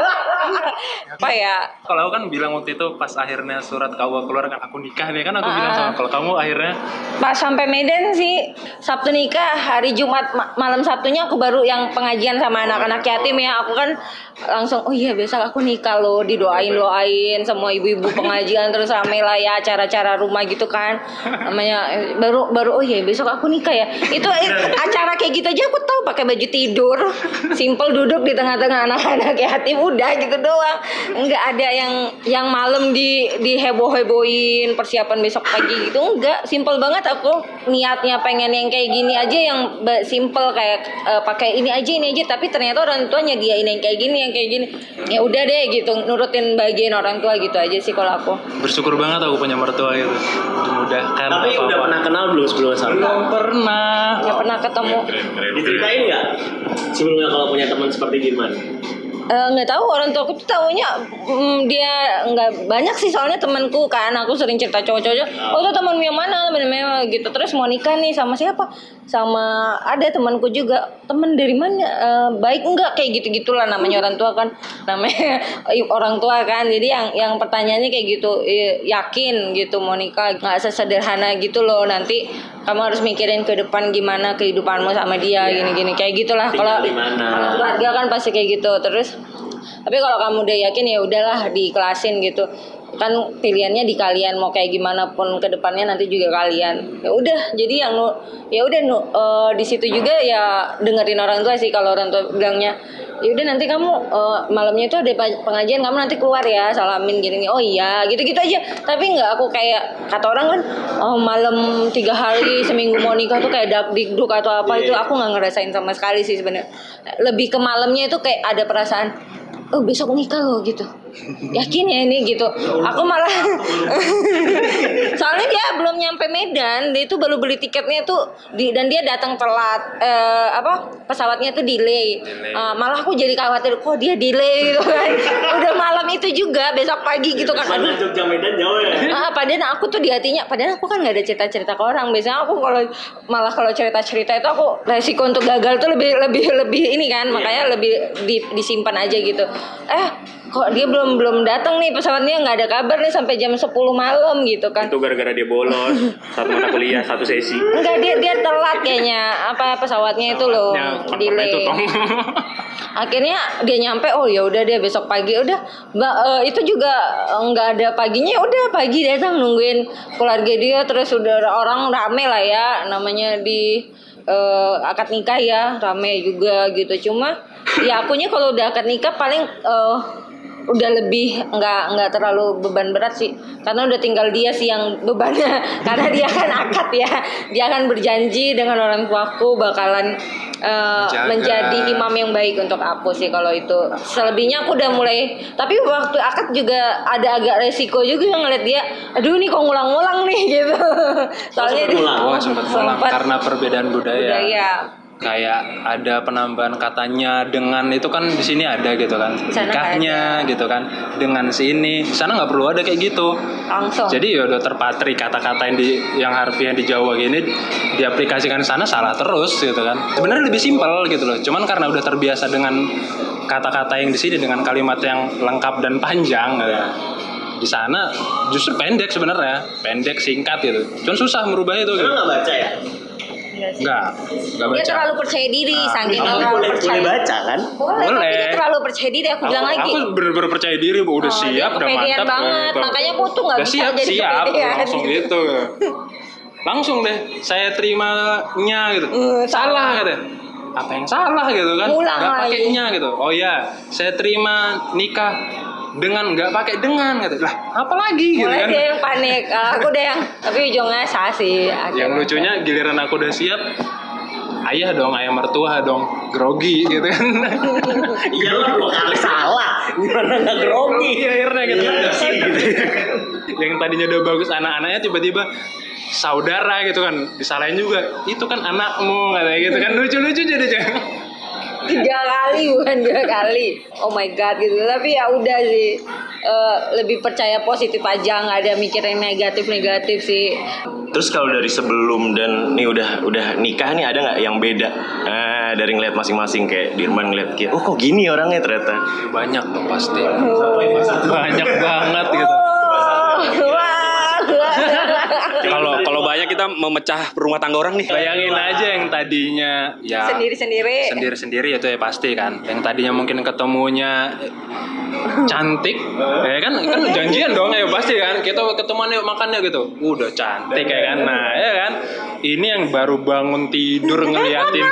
Apa ya? Kalau aku kan bilang waktu itu pas akhirnya surat KUA keluar kan aku nikah nih kan aku bilang sama kalau kamu akhirnya Pas sampai Medan sih Sabtu nikah, hari Jumat malam Sabtunya aku baru yang pengajian sama anak-anak yatim ya. Aku kan langsung oh iya besok aku nikah loh, didoain semua ibu-ibu pengajian terus rame lah ya acara-acara rumah gitu kan. Namanya baru oh iya besok aku nikah ya. Itu acara kayak gitu aja aku tahu pakai baju tidur, simple duduk di tengah-tengah anak-anak yatim udah gitu doang. Enggak ada yang malam di heboh-hebohin persiapan besok pagi gitu, enggak, simple banget aku niatnya pengen yang kayak gini aja yang simple kayak pakai ini aja tapi ternyata orang tua nyediain yang kayak gini ya udah deh gitu nurutin bagian orang tua gitu aja sih kalau aku. bersyukur banget aku punya mertua gitu dimudahkan. Tapi udah pernah kenal belum sebelumnya sama? Belum pernah. Nggak pernah ketemu. Diceritain nggak sebelumnya kalau punya teman seperti gimana? Nggak tahu orang tua aku tuh taunya dia nggak banyak sih soalnya temanku kan aku sering cerita cowok-cowok oh itu teman yang mana gitu terus mau nikah nih sama siapa sama ada temanku juga teman dari mana baik enggak kayak gitu-gitulah namanya orang tua kan namanya orang tua kan jadi yang pertanyaannya kayak gitu yakin gitu mau nikah nggak sesederhana gitu loh nanti kamu harus mikirin ke depan gimana kehidupanmu sama dia gini-gini kayak gitulah kalau keluarga kan pasti kayak gitu terus tapi kalau kamu udah yakin ya udahlah diikhlasin gitu kan pilihannya di kalian mau kayak gimana pun ke depannya nanti juga kalian ya udah jadi di situ juga ya dengerin orang tua sih kalau orang tua bilangnya ya udah nanti kamu malamnya itu ada pengajian kamu nanti keluar ya salamin gini oh iya gitu-gitu aja tapi nggak aku kayak kata orang kan malam 3 hari seminggu mau nikah tuh kayak dikduk atau apa itu aku nggak ngerasain sama sekali sih sebenarnya lebih ke malamnya itu kayak ada perasaan oh besok nikah loh gitu yakin ya ini gitu aku malah soalnya dia belum nyampe Medan dia itu baru beli tiketnya tuh dan dia datang telat pesawatnya tuh delay. Malah aku jadi khawatir kok dia delay gitu kan udah malam itu juga besok pagi gitu kan Mana Jogja Medan jauh ya padahal aku tuh di hatinya padahal aku kan nggak ada cerita-cerita ke orang biasanya aku kalau cerita-cerita itu aku resiko untuk gagal tuh lebih ini kan makanya lebih disimpan aja gitu kok dia belum datang nih pesawatnya nggak ada kabar nih sampai jam 10 malam gitu kan Itu gara-gara dia bolos satu mata kuliah satu sesi. enggak dia telat kayaknya pesawatnya itu loh delay itu tong. akhirnya dia nyampe oh ya udah dia besok pagi udah itu juga nggak ada paginya udah pagi datang nungguin keluarga dia terus udah orang rame lah ya namanya di akad nikah ya rame juga gitu cuma ya akunya kalau udah akad nikah paling udah lebih nggak terlalu beban berat sih karena udah tinggal dia sih yang bebannya karena dia kan akad ya dia akan berjanji dengan orang tuaku bakalan menjadi imam yang baik untuk aku sih kalau itu selebihnya aku udah mulai tapi waktu akad juga ada agak resiko juga ngeliat dia aduh nih kok ngulang-ngulang nih gitu soalnya sempat ngulang karena perbedaan budaya. Kayak ada penambahan katanya dengan itu kan di sini ada gitu kan nikahnya gitu kan dengan sini di sana nggak perlu ada kayak gitu langsung jadi ya udah terpatri kata-kata yang harfiah di Jawa gini diaplikasikan di sana salah terus gitu kan sebenarnya lebih simpel gitu loh cuman karena udah terbiasa dengan kata-kata yang di sini dengan kalimat yang lengkap dan panjang gitu. Di sana justru pendek sebenarnya pendek singkat gitu cuman susah merubah itu gitu. nggak baca ya Enggak baca. Dia terlalu percaya diri saking boleh baca kan boleh tapi dia terlalu percaya diri aku bilang lagi aku bener-bener percaya diri udah siap udah mantap banget gitu. makanya aku tuh nggak bisa jadi siap kepedean. langsung gitu langsung deh saya terimanya gitu salah gitu apa yang salah gitu kan nggak pakainya gitu oh ya saya terima nikah dengan nggak pakai dengan gitu lah apa lagi gitu mulai kan dia yang panik aku udah yang tapi ujungnya sah sih yang lucunya giliran aku udah siap ayah mertua dong grogi gitu kan iya lah 2 kali salah gimana nggak grogi akhirnya gitu yang tadinya udah bagus anak-anaknya tiba-tiba saudara gitu kan disalahin juga itu kan anakmu katanya gitu kan lucu-lucu jadi 3 kali bukan 2 kali. Oh my god gitu. Tapi ya udah sih. Lebih percaya positif aja, nggak ada mikirin negatif sih. Terus kalau dari sebelum dan nih udah nikah nih, ada nggak yang beda? Dari ngeliat masing-masing, kayak Dirman ngeliat kayak, oh kok gini orangnya ternyata. Banyak tuh pasti. Banyak banget gitu. Kalau banyak kita memecah rumah tangga orang nih. Bayangin aja yang tadinya ya sendiri-sendiri itu ya pasti kan. Yang tadinya mungkin ketemunya cantik, ya kan janjian dong ya pasti kan. Kita ketemuan yuk makan yuk gitu. Udah cantik ya kan. Nah, ya kan. Ini yang baru bangun tidur ngeliatin.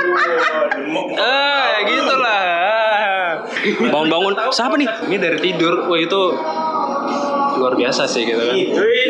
Gitulah. Bangun-bangun, siapa nih? Ini dari tidur. Wah, itu luar biasa sih gitu kan.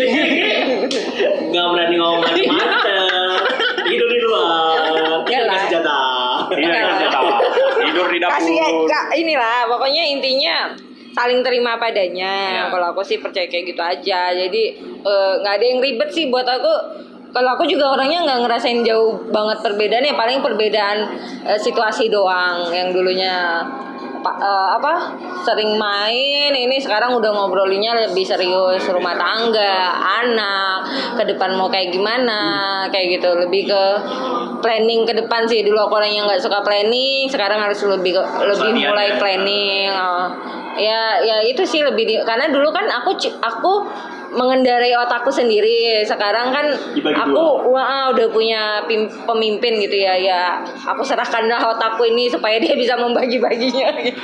Gak berani ngomong macam-macam. Tidur di luar. Tidur kasih jatah. Tidur di dapur. Kasih inilah, pokoknya intinya saling terima padanya. Kalau aku sih percaya kayak gitu aja. Jadi nggak ada yang ribet sih buat aku. Kalau aku juga orangnya nggak ngerasain jauh banget perbedaannya, paling perbedaan situasi doang. Yang dulunya sering main, ini sekarang udah ngobrolinnya lebih serius, rumah tangga, anak, ke depan mau kayak gimana, kayak gitu. Lebih ke planning ke depan sih. Dulu aku orang yang nggak suka planning, sekarang harus lebih mulai planning. Ya itu sih karena dulu kan aku mengendarai otakku sendiri. Sekarang kan aku udah punya pemimpin gitu ya aku serahkanlah otakku ini supaya dia bisa membagi-baginya gitu.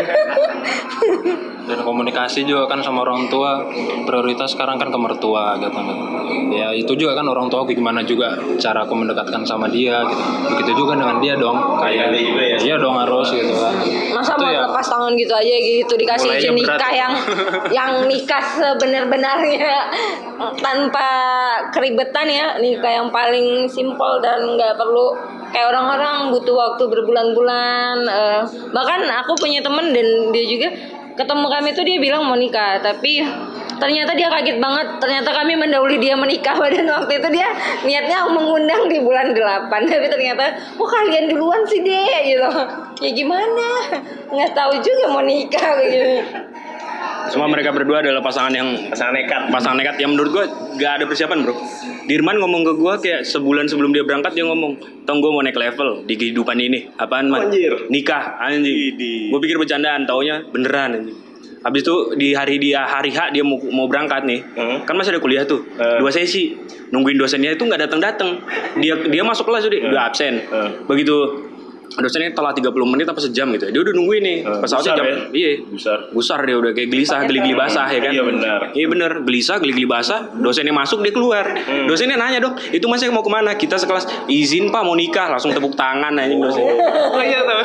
Dan komunikasi juga kan sama orang tua, prioritas sekarang kan ke mertua gitu. Ya itu juga kan orang tua gimana juga cara aku mendekatkan sama dia gitu. Begitu juga dengan dia dong. Kayak iya dong harus gitu kan. Masa mau lepas tangan gitu aja gitu, dikasih izin nikah yang nikah sebenar-benarnya tanpa keribetan ya, nikah yang paling simpel dan nggak perlu kayak orang-orang butuh waktu berbulan-bulan. Bahkan aku punya temen dan dia juga ketemu kami tuh, dia bilang mau nikah, tapi ternyata dia kaget banget. Ternyata kami mendahului dia menikah. Dan waktu itu dia niatnya mengundang di bulan 8, tapi ternyata kalian duluan sih deh gitu. Ya gimana, nggak tahu juga mau nikah gitu. Semua mereka berdua adalah pasangan nekat yang menurut gue gak ada persiapan, bro. Dirman ngomong ke gue kayak sebulan sebelum dia berangkat, dia ngomong, "Tong, gue mau naik level di kehidupan ini." Apaan, man? Anjir. Nikah, anjing. Gue pikir bercandaan, taunya beneran, anjing. Habis itu di hari H dia mau berangkat nih. Kan masih ada kuliah tuh. 2 sesi. Nungguin dosennya itu enggak datang-datang. Dia masuk kelas udah absen. Begitu dosennya telah 30 menit apa sejam gitu. Dia udah nungguin nih. Pesawatnya jam. Iya. Gusar dia udah kayak gelisah, geli-geli basah ya kan. Iya benar. Gelisah, geli-geli basah. Dosennya masuk, dia keluar. Dosennya nanya, "Dong, itu masnya mau kemana?" "Kita sekelas." "Izin, Pak, mau nikah." Langsung tepuk tangan anjing dosennya. Iya tuh.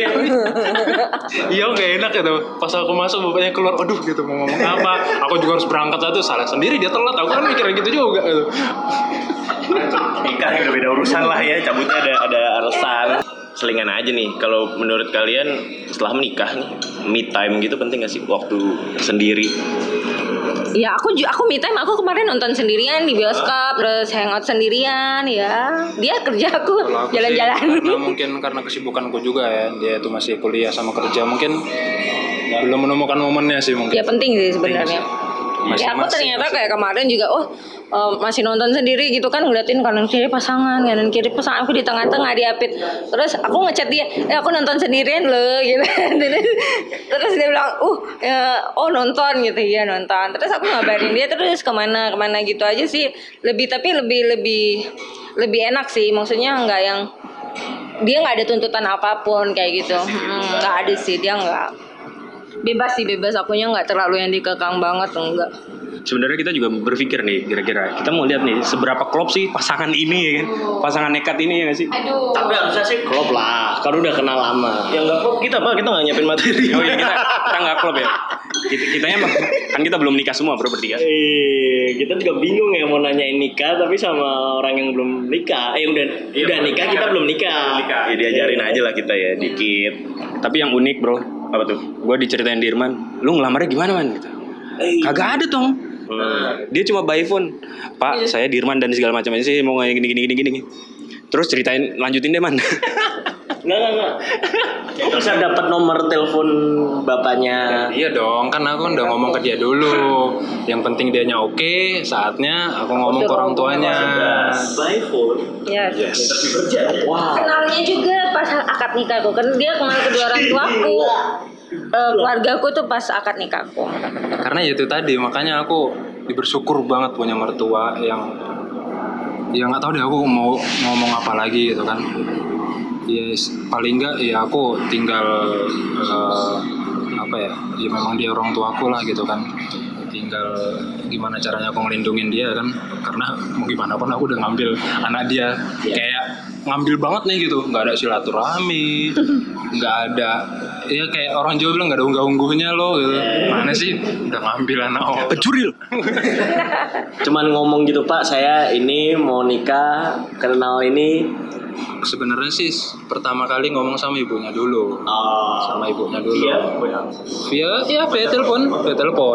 Iya gak enak gitu. Pas aku masuk bapaknya keluar, aduh gitu mau ngomong apa. Aku juga harus berangkat satu, salah sendiri dia telat. Aku kan mikirin gitu juga gitu. Nikah udah beda urusan lah ya, cabutnya ada alasan. Selingan aja nih, kalau menurut kalian setelah menikah nih, me time gitu penting gak sih, waktu sendiri? Ya aku me time, aku kemarin nonton sendirian di bioskop, terus hangout sendirian ya. Dia kerja, aku jalan-jalan. Karena kesibukanku juga ya, dia itu masih kuliah sama kerja, mungkin belum menemukan momennya sih mungkin. Ya penting sih sebenarnya. Ya aku ternyata kayak kemarin juga masih nonton sendiri gitu kan, ngeliatin kanan kiri pasangan aku di tengah-tengah diapit. Terus aku ngechat dia, aku nonton sendirian loh gitu. Terus dia bilang nonton gitu. Ya nonton. Terus aku ngabarin dia terus kemana gitu aja sih. Lebih enak sih, maksudnya nggak yang dia nggak ada tuntutan apapun kayak gitu. Nggak ada sih, dia nggak. Bebas, akunya nggak terlalu yang dikekang banget, enggak. Sebenarnya kita juga berpikir nih, kira-kira kita mau lihat nih seberapa klop sih pasangan ini ya kan, pasangan nekat ini ya nggak sih? Aduh. Tapi harusnya sih klop lah, karena udah kenal lama. Yang nggak klop kita nggak nyiapin materi. Oh iya, kita nggak klop ya. Kita emang kan kita belum nikah semua, bro, bertiga. Kita juga bingung ya mau nanyain nikah tapi sama orang yang belum nikah. Udah nikah, kita belum nikah. Ya diajarin aja lah kita ya dikit. Tapi yang unik, bro, Apa tuh? gue diceritain Dirman, "Lu ngelamarnya gimana, man?" gitu. Kagak ada dong. Dia cuma by phone, "Pak, saya Dirman dan segala macam aja sih, mau gini. Terus lanjutin deh, man. Enggak. Kok bisa dapat nomor telepon bapaknya? Iya dong, kan aku udah ngomong ke dia dulu. Yang penting dianya oke, saatnya aku ngomong ke orang tuanya. By phone. Yes. Wow. Kenalnya juga pas akad nikahku, kan dia kenal kedua orang tuaku. Keluargaku tuh pas akad nikahku. Karena ya itu tadi, makanya aku bersyukur banget punya mertua yang nggak tahu deh aku mau ngomong apa lagi gitu kan. Ya paling nggak ya aku tinggal apa ya memang dia orang tuaku lah gitu kan, tinggal gimana caranya aku ngelindungin dia kan, karena mau gimana pun aku udah ngambil anak dia, kayak ngambil banget nih gitu, nggak ada silaturahmi, nggak ada ya kayak orang Jawa bilang nggak ada unggah-ungguhnya loh gitu. Mana sih udah ngambil anak orang. Pencuri lo. Cuman ngomong gitu Pak, saya ini mau nikah, kenal ini. Sebenarnya sih pertama kali ngomong sama ibunya dulu. Sama ibunya dulu. Via telepon.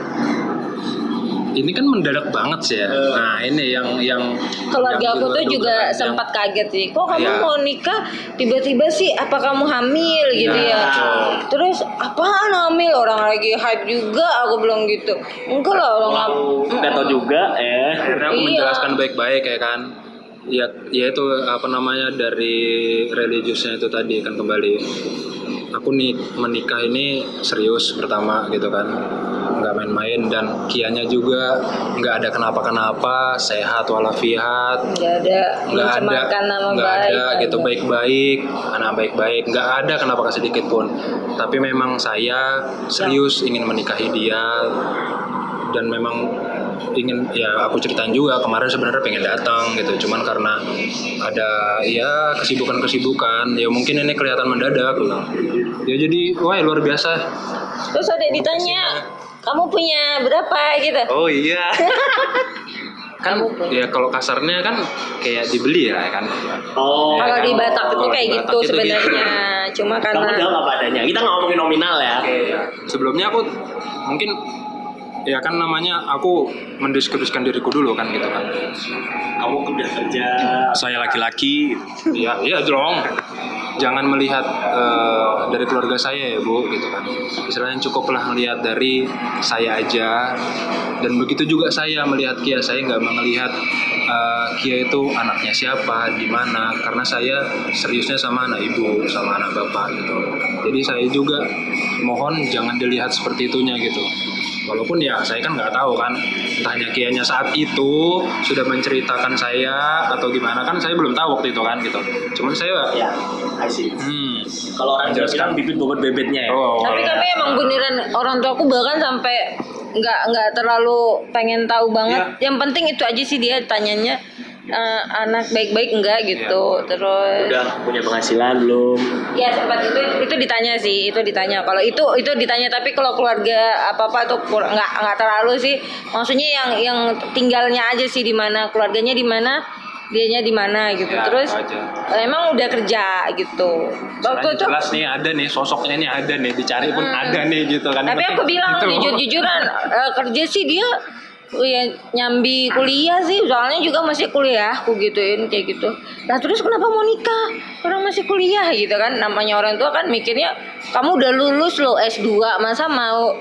Ini kan mendadak banget sih ya. Nah, ini yang Keluarga yang aku tuh diluar juga dugaan, sempat kaget sih. Kok kamu Iya. mau nikah tiba-tiba sih? Apa kamu hamil gitu ya? Terus apaan hamil? Orang lagi hype juga. Aku bilang gitu. Enggak lah orang Nggak tahu juga akhirnya aku Iya. menjelaskan baik-baik ya kan. Ya itu apa namanya dari religiusnya itu tadi kan kembali. Aku nih menikah ini serius pertama gitu kan, nggak main-main, dan kianya juga nggak ada kenapa-kenapa, sehat walafiat, nggak ada mencemarkan nama nggak baik. ada gitu, baik-baik, anak baik-baik, nggak ada kenapa sedikit pun. Tapi memang saya serius ingin menikahi dia, dan memang ingin ya aku ceritain juga kemarin sebenarnya pengen datang gitu, cuman karena ada ya kesibukan ya mungkin ini kelihatan mendadak ya, jadi wah luar biasa. Terus ada ditanya, kamu punya berapa gitu? Oh iya. Kan ya kalau kasarnya kan kayak dibeli ya kan. Oh. Kalau di Batak itu Kalau kayak di gitu Batak itu sebenarnya. Cuma Kamu karena jawab apa adanya. Kita nggak ngomongin nominal ya. Sebelumnya aku mungkin ya kan namanya aku mendeskripsikan diriku dulu kan gitu kan. Kamu udah kerja. Saya laki-laki. Iya dong. Jangan melihat dari keluarga saya ya Bu gitu kan. Istilahnya cukuplah melihat dari saya aja. Dan begitu juga saya melihat Kia, saya nggak melihat Kia itu anaknya siapa, di mana, karena saya seriusnya sama anak ibu, sama anak bapak gitu. Jadi saya juga mohon jangan dilihat seperti itunya gitu. Walaupun ya saya kan nggak tahu kan, entahnya Kianya saat itu sudah menceritakan saya atau gimana, kan saya belum tahu waktu itu kan gitu. Cuman saya Ya, I see. Kalau orang Jawa bilang bibit bobot bebetnya ya. tapi kami emang beneran orang tua aku bahkan sampai nggak terlalu pengen tahu banget. Yang penting itu aja sih dia tanyanya, anak baik-baik enggak gitu. Terus Udah punya penghasilan belum? ya sempat itu ditanya sih, itu ditanya. Kalau itu ditanya, tapi kalau keluarga apa tuh nggak terlalu sih. Maksudnya yang tinggalnya aja sih, di mana keluarganya, di mana dianya, di mana gitu. Ya, Terus aja. emang udah kerja gitu. Waktu itu jelas nih ada nih sosoknya nih, ada nih dicari pun ada nih gitu kan. tapi aku bilang gitu. jujur-jujuran, kerja sih dia ya nyambi kuliah sih, soalnya juga masih kuliah, aku gituin kayak gitu. Nah terus kenapa mau nikah? Orang masih kuliah gitu kan. Namanya orang tua kan mikirnya kamu udah lulus loh S2, masa mau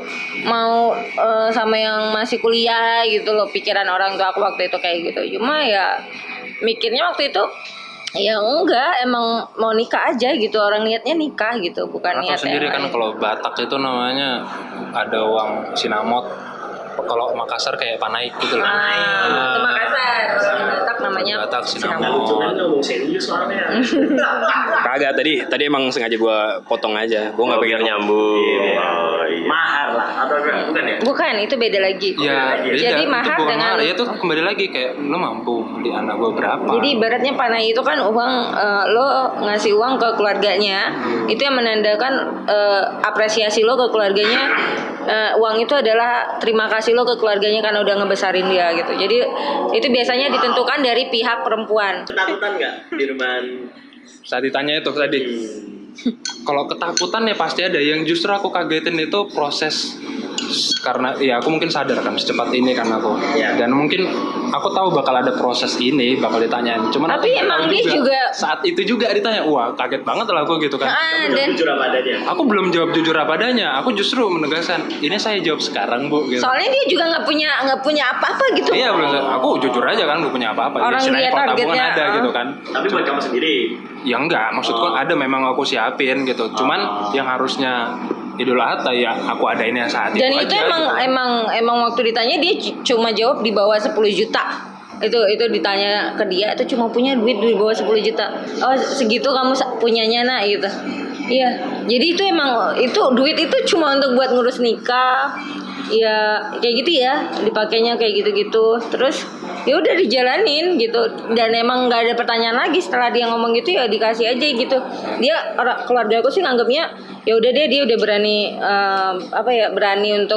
sama yang masih kuliah gitu loh. Pikiran orang tua aku waktu itu kayak gitu. Cuma ya mikirnya waktu itu ya enggak, emang mau nikah aja gitu, orang niatnya nikah gitu, bukan Atau niat sendiri yang kan lain. kalau Batak itu namanya ada uang sinamot, kalau Makassar kayak panaik gitu loh. Itu Makassar, kalau di Batak namanya Batak sinamon. sinamot. Cuman ngomong serius soalnya. Kagak, tadi emang sengaja gue potong aja. Gue nggak biar pengen nyambung. Iya. Oh, iya. Mahar lah atau bukan ya? Bukan, itu beda lagi. Ya, beda. Jadi Itu mahar bukan dengan mahar. Ya itu kembali lagi kayak lo mampu beli anak gue berapa. jadi ibaratnya panai itu kan uang, lo ngasih uang ke keluarganya, itu yang menandakan apresiasi lo ke keluarganya. Uang itu adalah terima kasih lo ke keluarganya karena udah ngebesarin dia gitu. Jadi itu biasanya ditentukan dari pihak perempuan. Ketakutan nggak, Firman? Saat ditanya itu tadi, kalau ketakutan ya pasti ada. Yang justru aku kagetin itu proses karena ya aku mungkin sadar kan secepat ini kan aku. Ya. Dan mungkin aku tahu bakal ada proses ini, bakal ditanyain. Cuman Tapi aku emang tahu dia juga saat itu juga ditanya, wah kaget banget lah aku gitu kan. dan Jujur apa adanya. Aku belum jawab jujur apa adanya. Aku justru menegaskan, ini saya jawab sekarang Bu. Gitu. soalnya dia juga nggak punya apa-apa gitu. Iya belum. Aku jujur aja kan gak punya apa-apa. Orang Ya, dia kalau tabungan targetnya, ada gitu kan. Tapi buat kamu sendiri. Ya enggak, maksudku ada memang aku siapin gitu. Cuman yang harusnya Idul Adha ya aku adain yang saat Dan itu itu aja, emang waktu ditanya dia cuma jawab di bawah 10 juta. Itu ditanya ke dia itu cuma punya duit di bawah 10 juta. Oh, segitu kamu punyanya nak gitu. Iya. Jadi itu emang itu duit itu cuma untuk buat ngurus nikah. Ya kayak gitu ya, dipakainya kayak gitu-gitu. Terus ya udah dijalanin gitu. Dan emang nggak ada pertanyaan lagi setelah dia ngomong gitu ya dikasih aja gitu. Dia keluarga aku sih nganggapnya ya udah deh dia udah berani berani untuk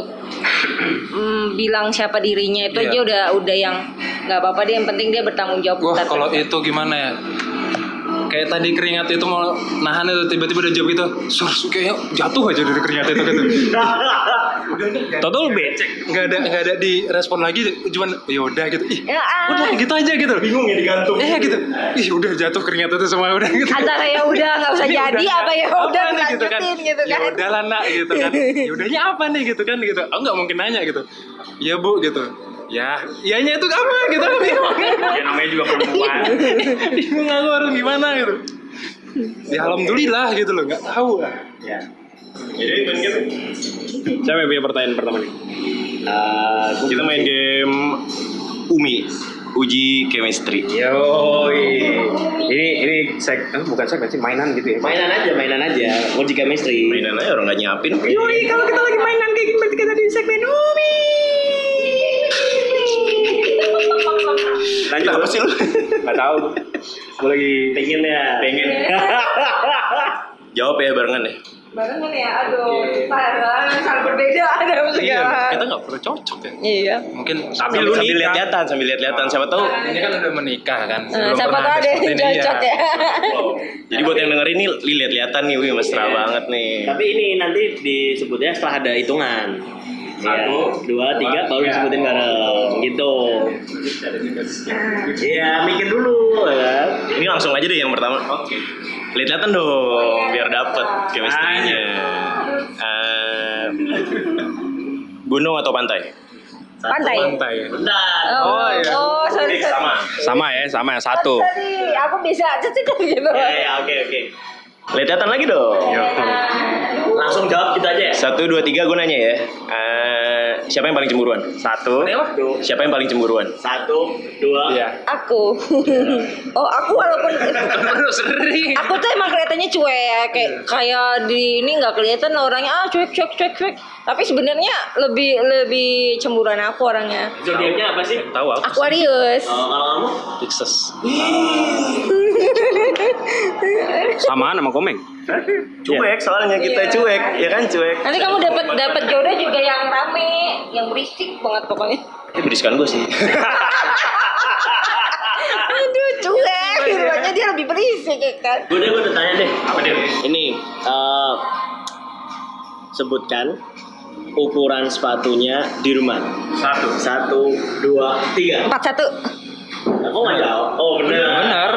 bilang siapa dirinya itu Iya. aja udah yang nggak apa-apa dia yang penting dia bertanggung jawab. Wah Bentar, kalau bentar. itu gimana ya? Kayak tadi keringat itu mau nahan itu tiba-tiba udah jawab gitu, kayaknya jatuh aja dari keringat itu gitu. Toto lu becek. Nggak ada di respon lagi, cuman yaudah gitu. Ih, Ya, udah gitu aja gitu. Bingung ya digantung. Gitu. Ih udah jatuh keringat itu semua udah gitu. Antara ya udah nggak usah Ini jadi udah apa ya apa udah nih gitu kan. lanjutin gitu Ya kan. udahlah nak gitu kan. Ya udahnya apa nih gitu kan gitu. Aku nggak mungkin nanya gitu. Ya Bu gitu. Ya, ianya itu apa gitu kan bingung. Ya namanya juga perempuan. Bingung aku harus gimana gitu. Ya alhamdulillah gitu loh, nggak tahu lah. Ya. Jadi main game. Siapa yang punya pertanyaan pertama nih? Kita main game Umi, uji chemistry. Yoi. Ini bukan segmen sih, mainan gitu ya. Mainan aja. Uji chemistry. Mainan aja orang nggak nyiapin. Yoi, kalau kita lagi mainan kayak gini berarti kita di segmen Umi. Lanjut apa sih lu? Gak tahu. Gue lagi Pengen ya. pengen. Jawab ya barengan ya. Barengan ya, aduh, salah berbeda ada Iya, kita nggak perlu cocok ya. Iya. Mungkin Tapi lu sambil lihat-lihatan siapa tahu. ini kan udah menikah kan. Belum Siapa pernah tahu ada seperti yang ini, cocok ya. Jadi buat yang denger ini lihat-lihatan nih, wih mesra banget nih. Tapi ini nanti disebutnya setelah ada hitungan. 1, 2, 3 baru disebutin bareng gitu. Iya, mikir dulu ya. Ini langsung aja deh yang pertama. Oke. Lihat-lihatan dong, biar dapet chemistry-nya. Gunung atau pantai? Pantai. Pantai. Bentar. Oh, sorry. Sama ya, satu. Tadi aku bisa cecek gitu. Ya, oke. Lihat-lihatan lagi dong. Langsung jawab gitu aja ya. 1, 2, 3 gue nanya ya. Siapa yang paling cemburuan? 1. Siapa yang paling cemburuan? 1, 2. Iya. Aku. Oh, aku walaupun Sering. aku tuh emang kelihatannya cuek kayak di ini nggak kelihatan orangnya cuek. Tapi sebenarnya lebih cemburuan aku orangnya. Zodiaknya apa sih? Tahu aku. Aquarius. Kalau kamu? Pisces. Samaan sama Komeng. Cuek soalnya kita cuek, ya kan cuek. Nanti kamu dapat jodoh juga yang rame, yang berisik banget pokoknya. Ini beriskan gue sih. Aduh, cuek. Rupanya dia lebih berisik ya kan. Gue udah tanya deh. Apa dia? Ini sebutkan ukuran sepatunya di rumah. 1, 2, 3. 41. Aku nggak jawab. Oh benar.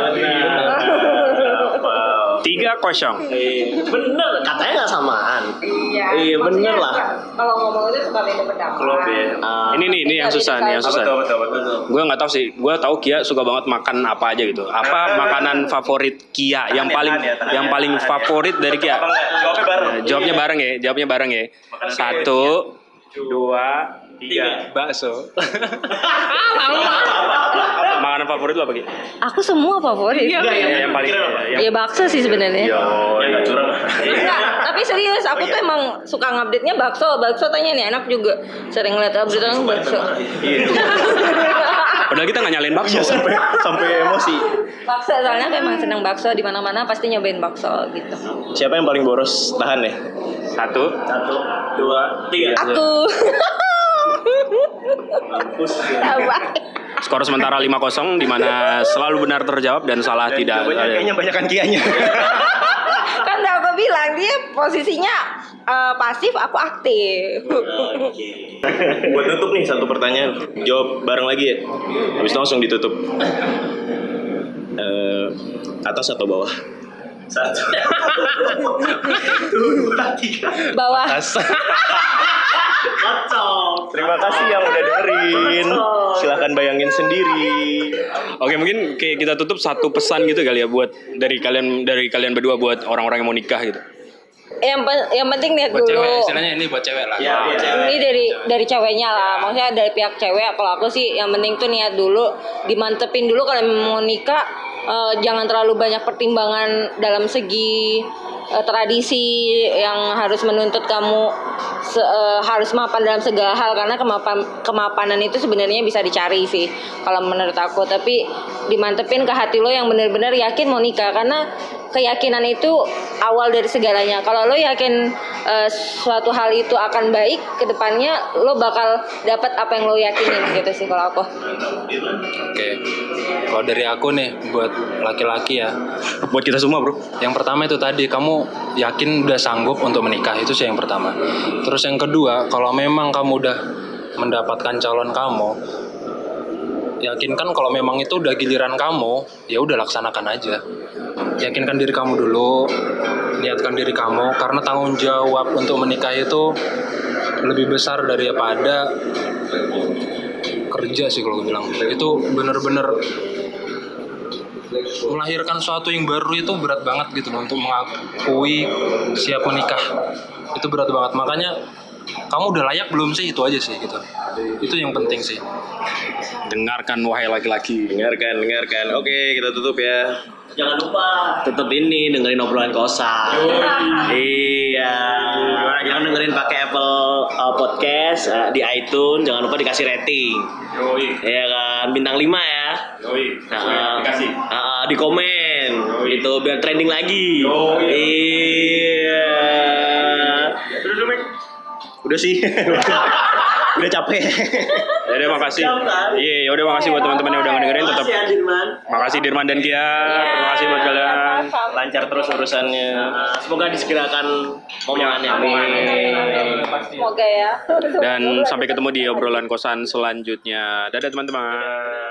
3-0. Bener. Katanya nggak samaan. Iya, maksudnya bener lah. Kalau ngomong itu suka beda pendapat. Klop ya. Ini yang susah nih, yang susah. Betul. Gue nggak tahu sih. Gue tahu Kia suka banget makan apa aja gitu. Apa makanan favorit Kia yang paling favorit dari Kia? Jawabnya bareng. Jawabnya bareng ya. 1, 2, 3. Bakso. Makanan favorit lu apa Ki? Aku semua favorit. Yang paling Ya bakso sih sebenarnya. Yang nggak curang. Enggak, tapi serius aku tuh emang suka ngupdate-nya bakso. Bakso tanya nih anak juga sering ngeliat update orang bakso. Padahal kita nggak nyalain bakso. Sampai emosi. Bakso soalnya aku emang seneng bakso di mana-mana pasti nyobain bakso gitu. Siapa yang paling boros? Tahan ya. 1, 2, 3. Aku. Apa? skor sementara 5-0 di mana selalu benar terjawab dan salah tidak. Jawabannya kayaknya banyakan Kianya. Kan udah aku bilang dia posisinya pasif, aku aktif. Oke. Buat tutup nih satu pertanyaan, jawab bareng lagi ya. Habis itu langsung ditutup. Atas atau bawah? Satu. Dua, tiga. Bawah. Kocok. Terima kasih yang udah dengerin. Silahkan bayangin sendiri. Oke, mungkin kayak kita tutup satu pesan gitu kali ya buat dari kalian berdua buat orang-orang yang mau nikah gitu. Yang penting lihat Buat dulu. cewek, istilahnya ini buat cewek lah. Ya, buat cewek. Ini dari ceweknya lah, maksudnya dari pihak cewek. Kalau aku sih yang penting tuh niat dulu, dimantepin dulu kalau mau nikah. Jangan terlalu banyak pertimbangan dalam segi tradisi yang harus menuntut kamu harus mapan dalam segala hal, karena kemapanan itu sebenarnya bisa dicari sih kalau menurut aku, tapi dimantepin ke hati lo yang benar-benar yakin mau nikah, karena keyakinan itu awal dari segalanya. Kalau lo yakin suatu hal itu akan baik ke depannya, lo bakal dapat apa yang lo yakinin gitu sih kalau aku. Oke. Kalau dari aku nih buat laki-laki ya. Buat kita semua, Bro. Yang pertama itu tadi, kamu yakin udah sanggup untuk menikah, itu sih yang pertama. Terus yang kedua, kalau memang kamu udah mendapatkan calon kamu, yakinkan kalau memang itu udah giliran kamu, ya udah laksanakan aja. Yakinkan diri kamu dulu, niatkan diri kamu, karena tanggung jawab untuk menikah itu lebih besar daripada kerja sih kalau gue bilang. Itu bener-bener melahirkan sesuatu yang baru itu berat banget gitu loh, untuk mengakui siap menikah. Itu berat banget, makanya kamu udah layak belum sih, itu aja sih gitu. Itu yang penting sih. Dengarkan wahai laki-laki. Dengarkan. Oke, kita tutup ya. Jangan lupa tetap ini dengerin obrolan kosan. Iya. Jangan dengerin pakai Apple Podcast di iTunes. Jangan lupa dikasih rating. Iya kan, bintang 5 ya. Dikasih. Di komen. Itu biar trending lagi. Iya. Udah sih. Udah capek. Ya udah, makasih. Iya, ya udah makasih buat teman-teman yang udah ngedengerin. Tetap Makasih ya Dirman. makasih Dirman dan Kia. Terima kasih buat kalian. Lancar terus urusannya. Semoga disegerakan momongannya. Semoga ya. Dan sampai ketemu di obrolan kosan selanjutnya. Dadah teman-teman.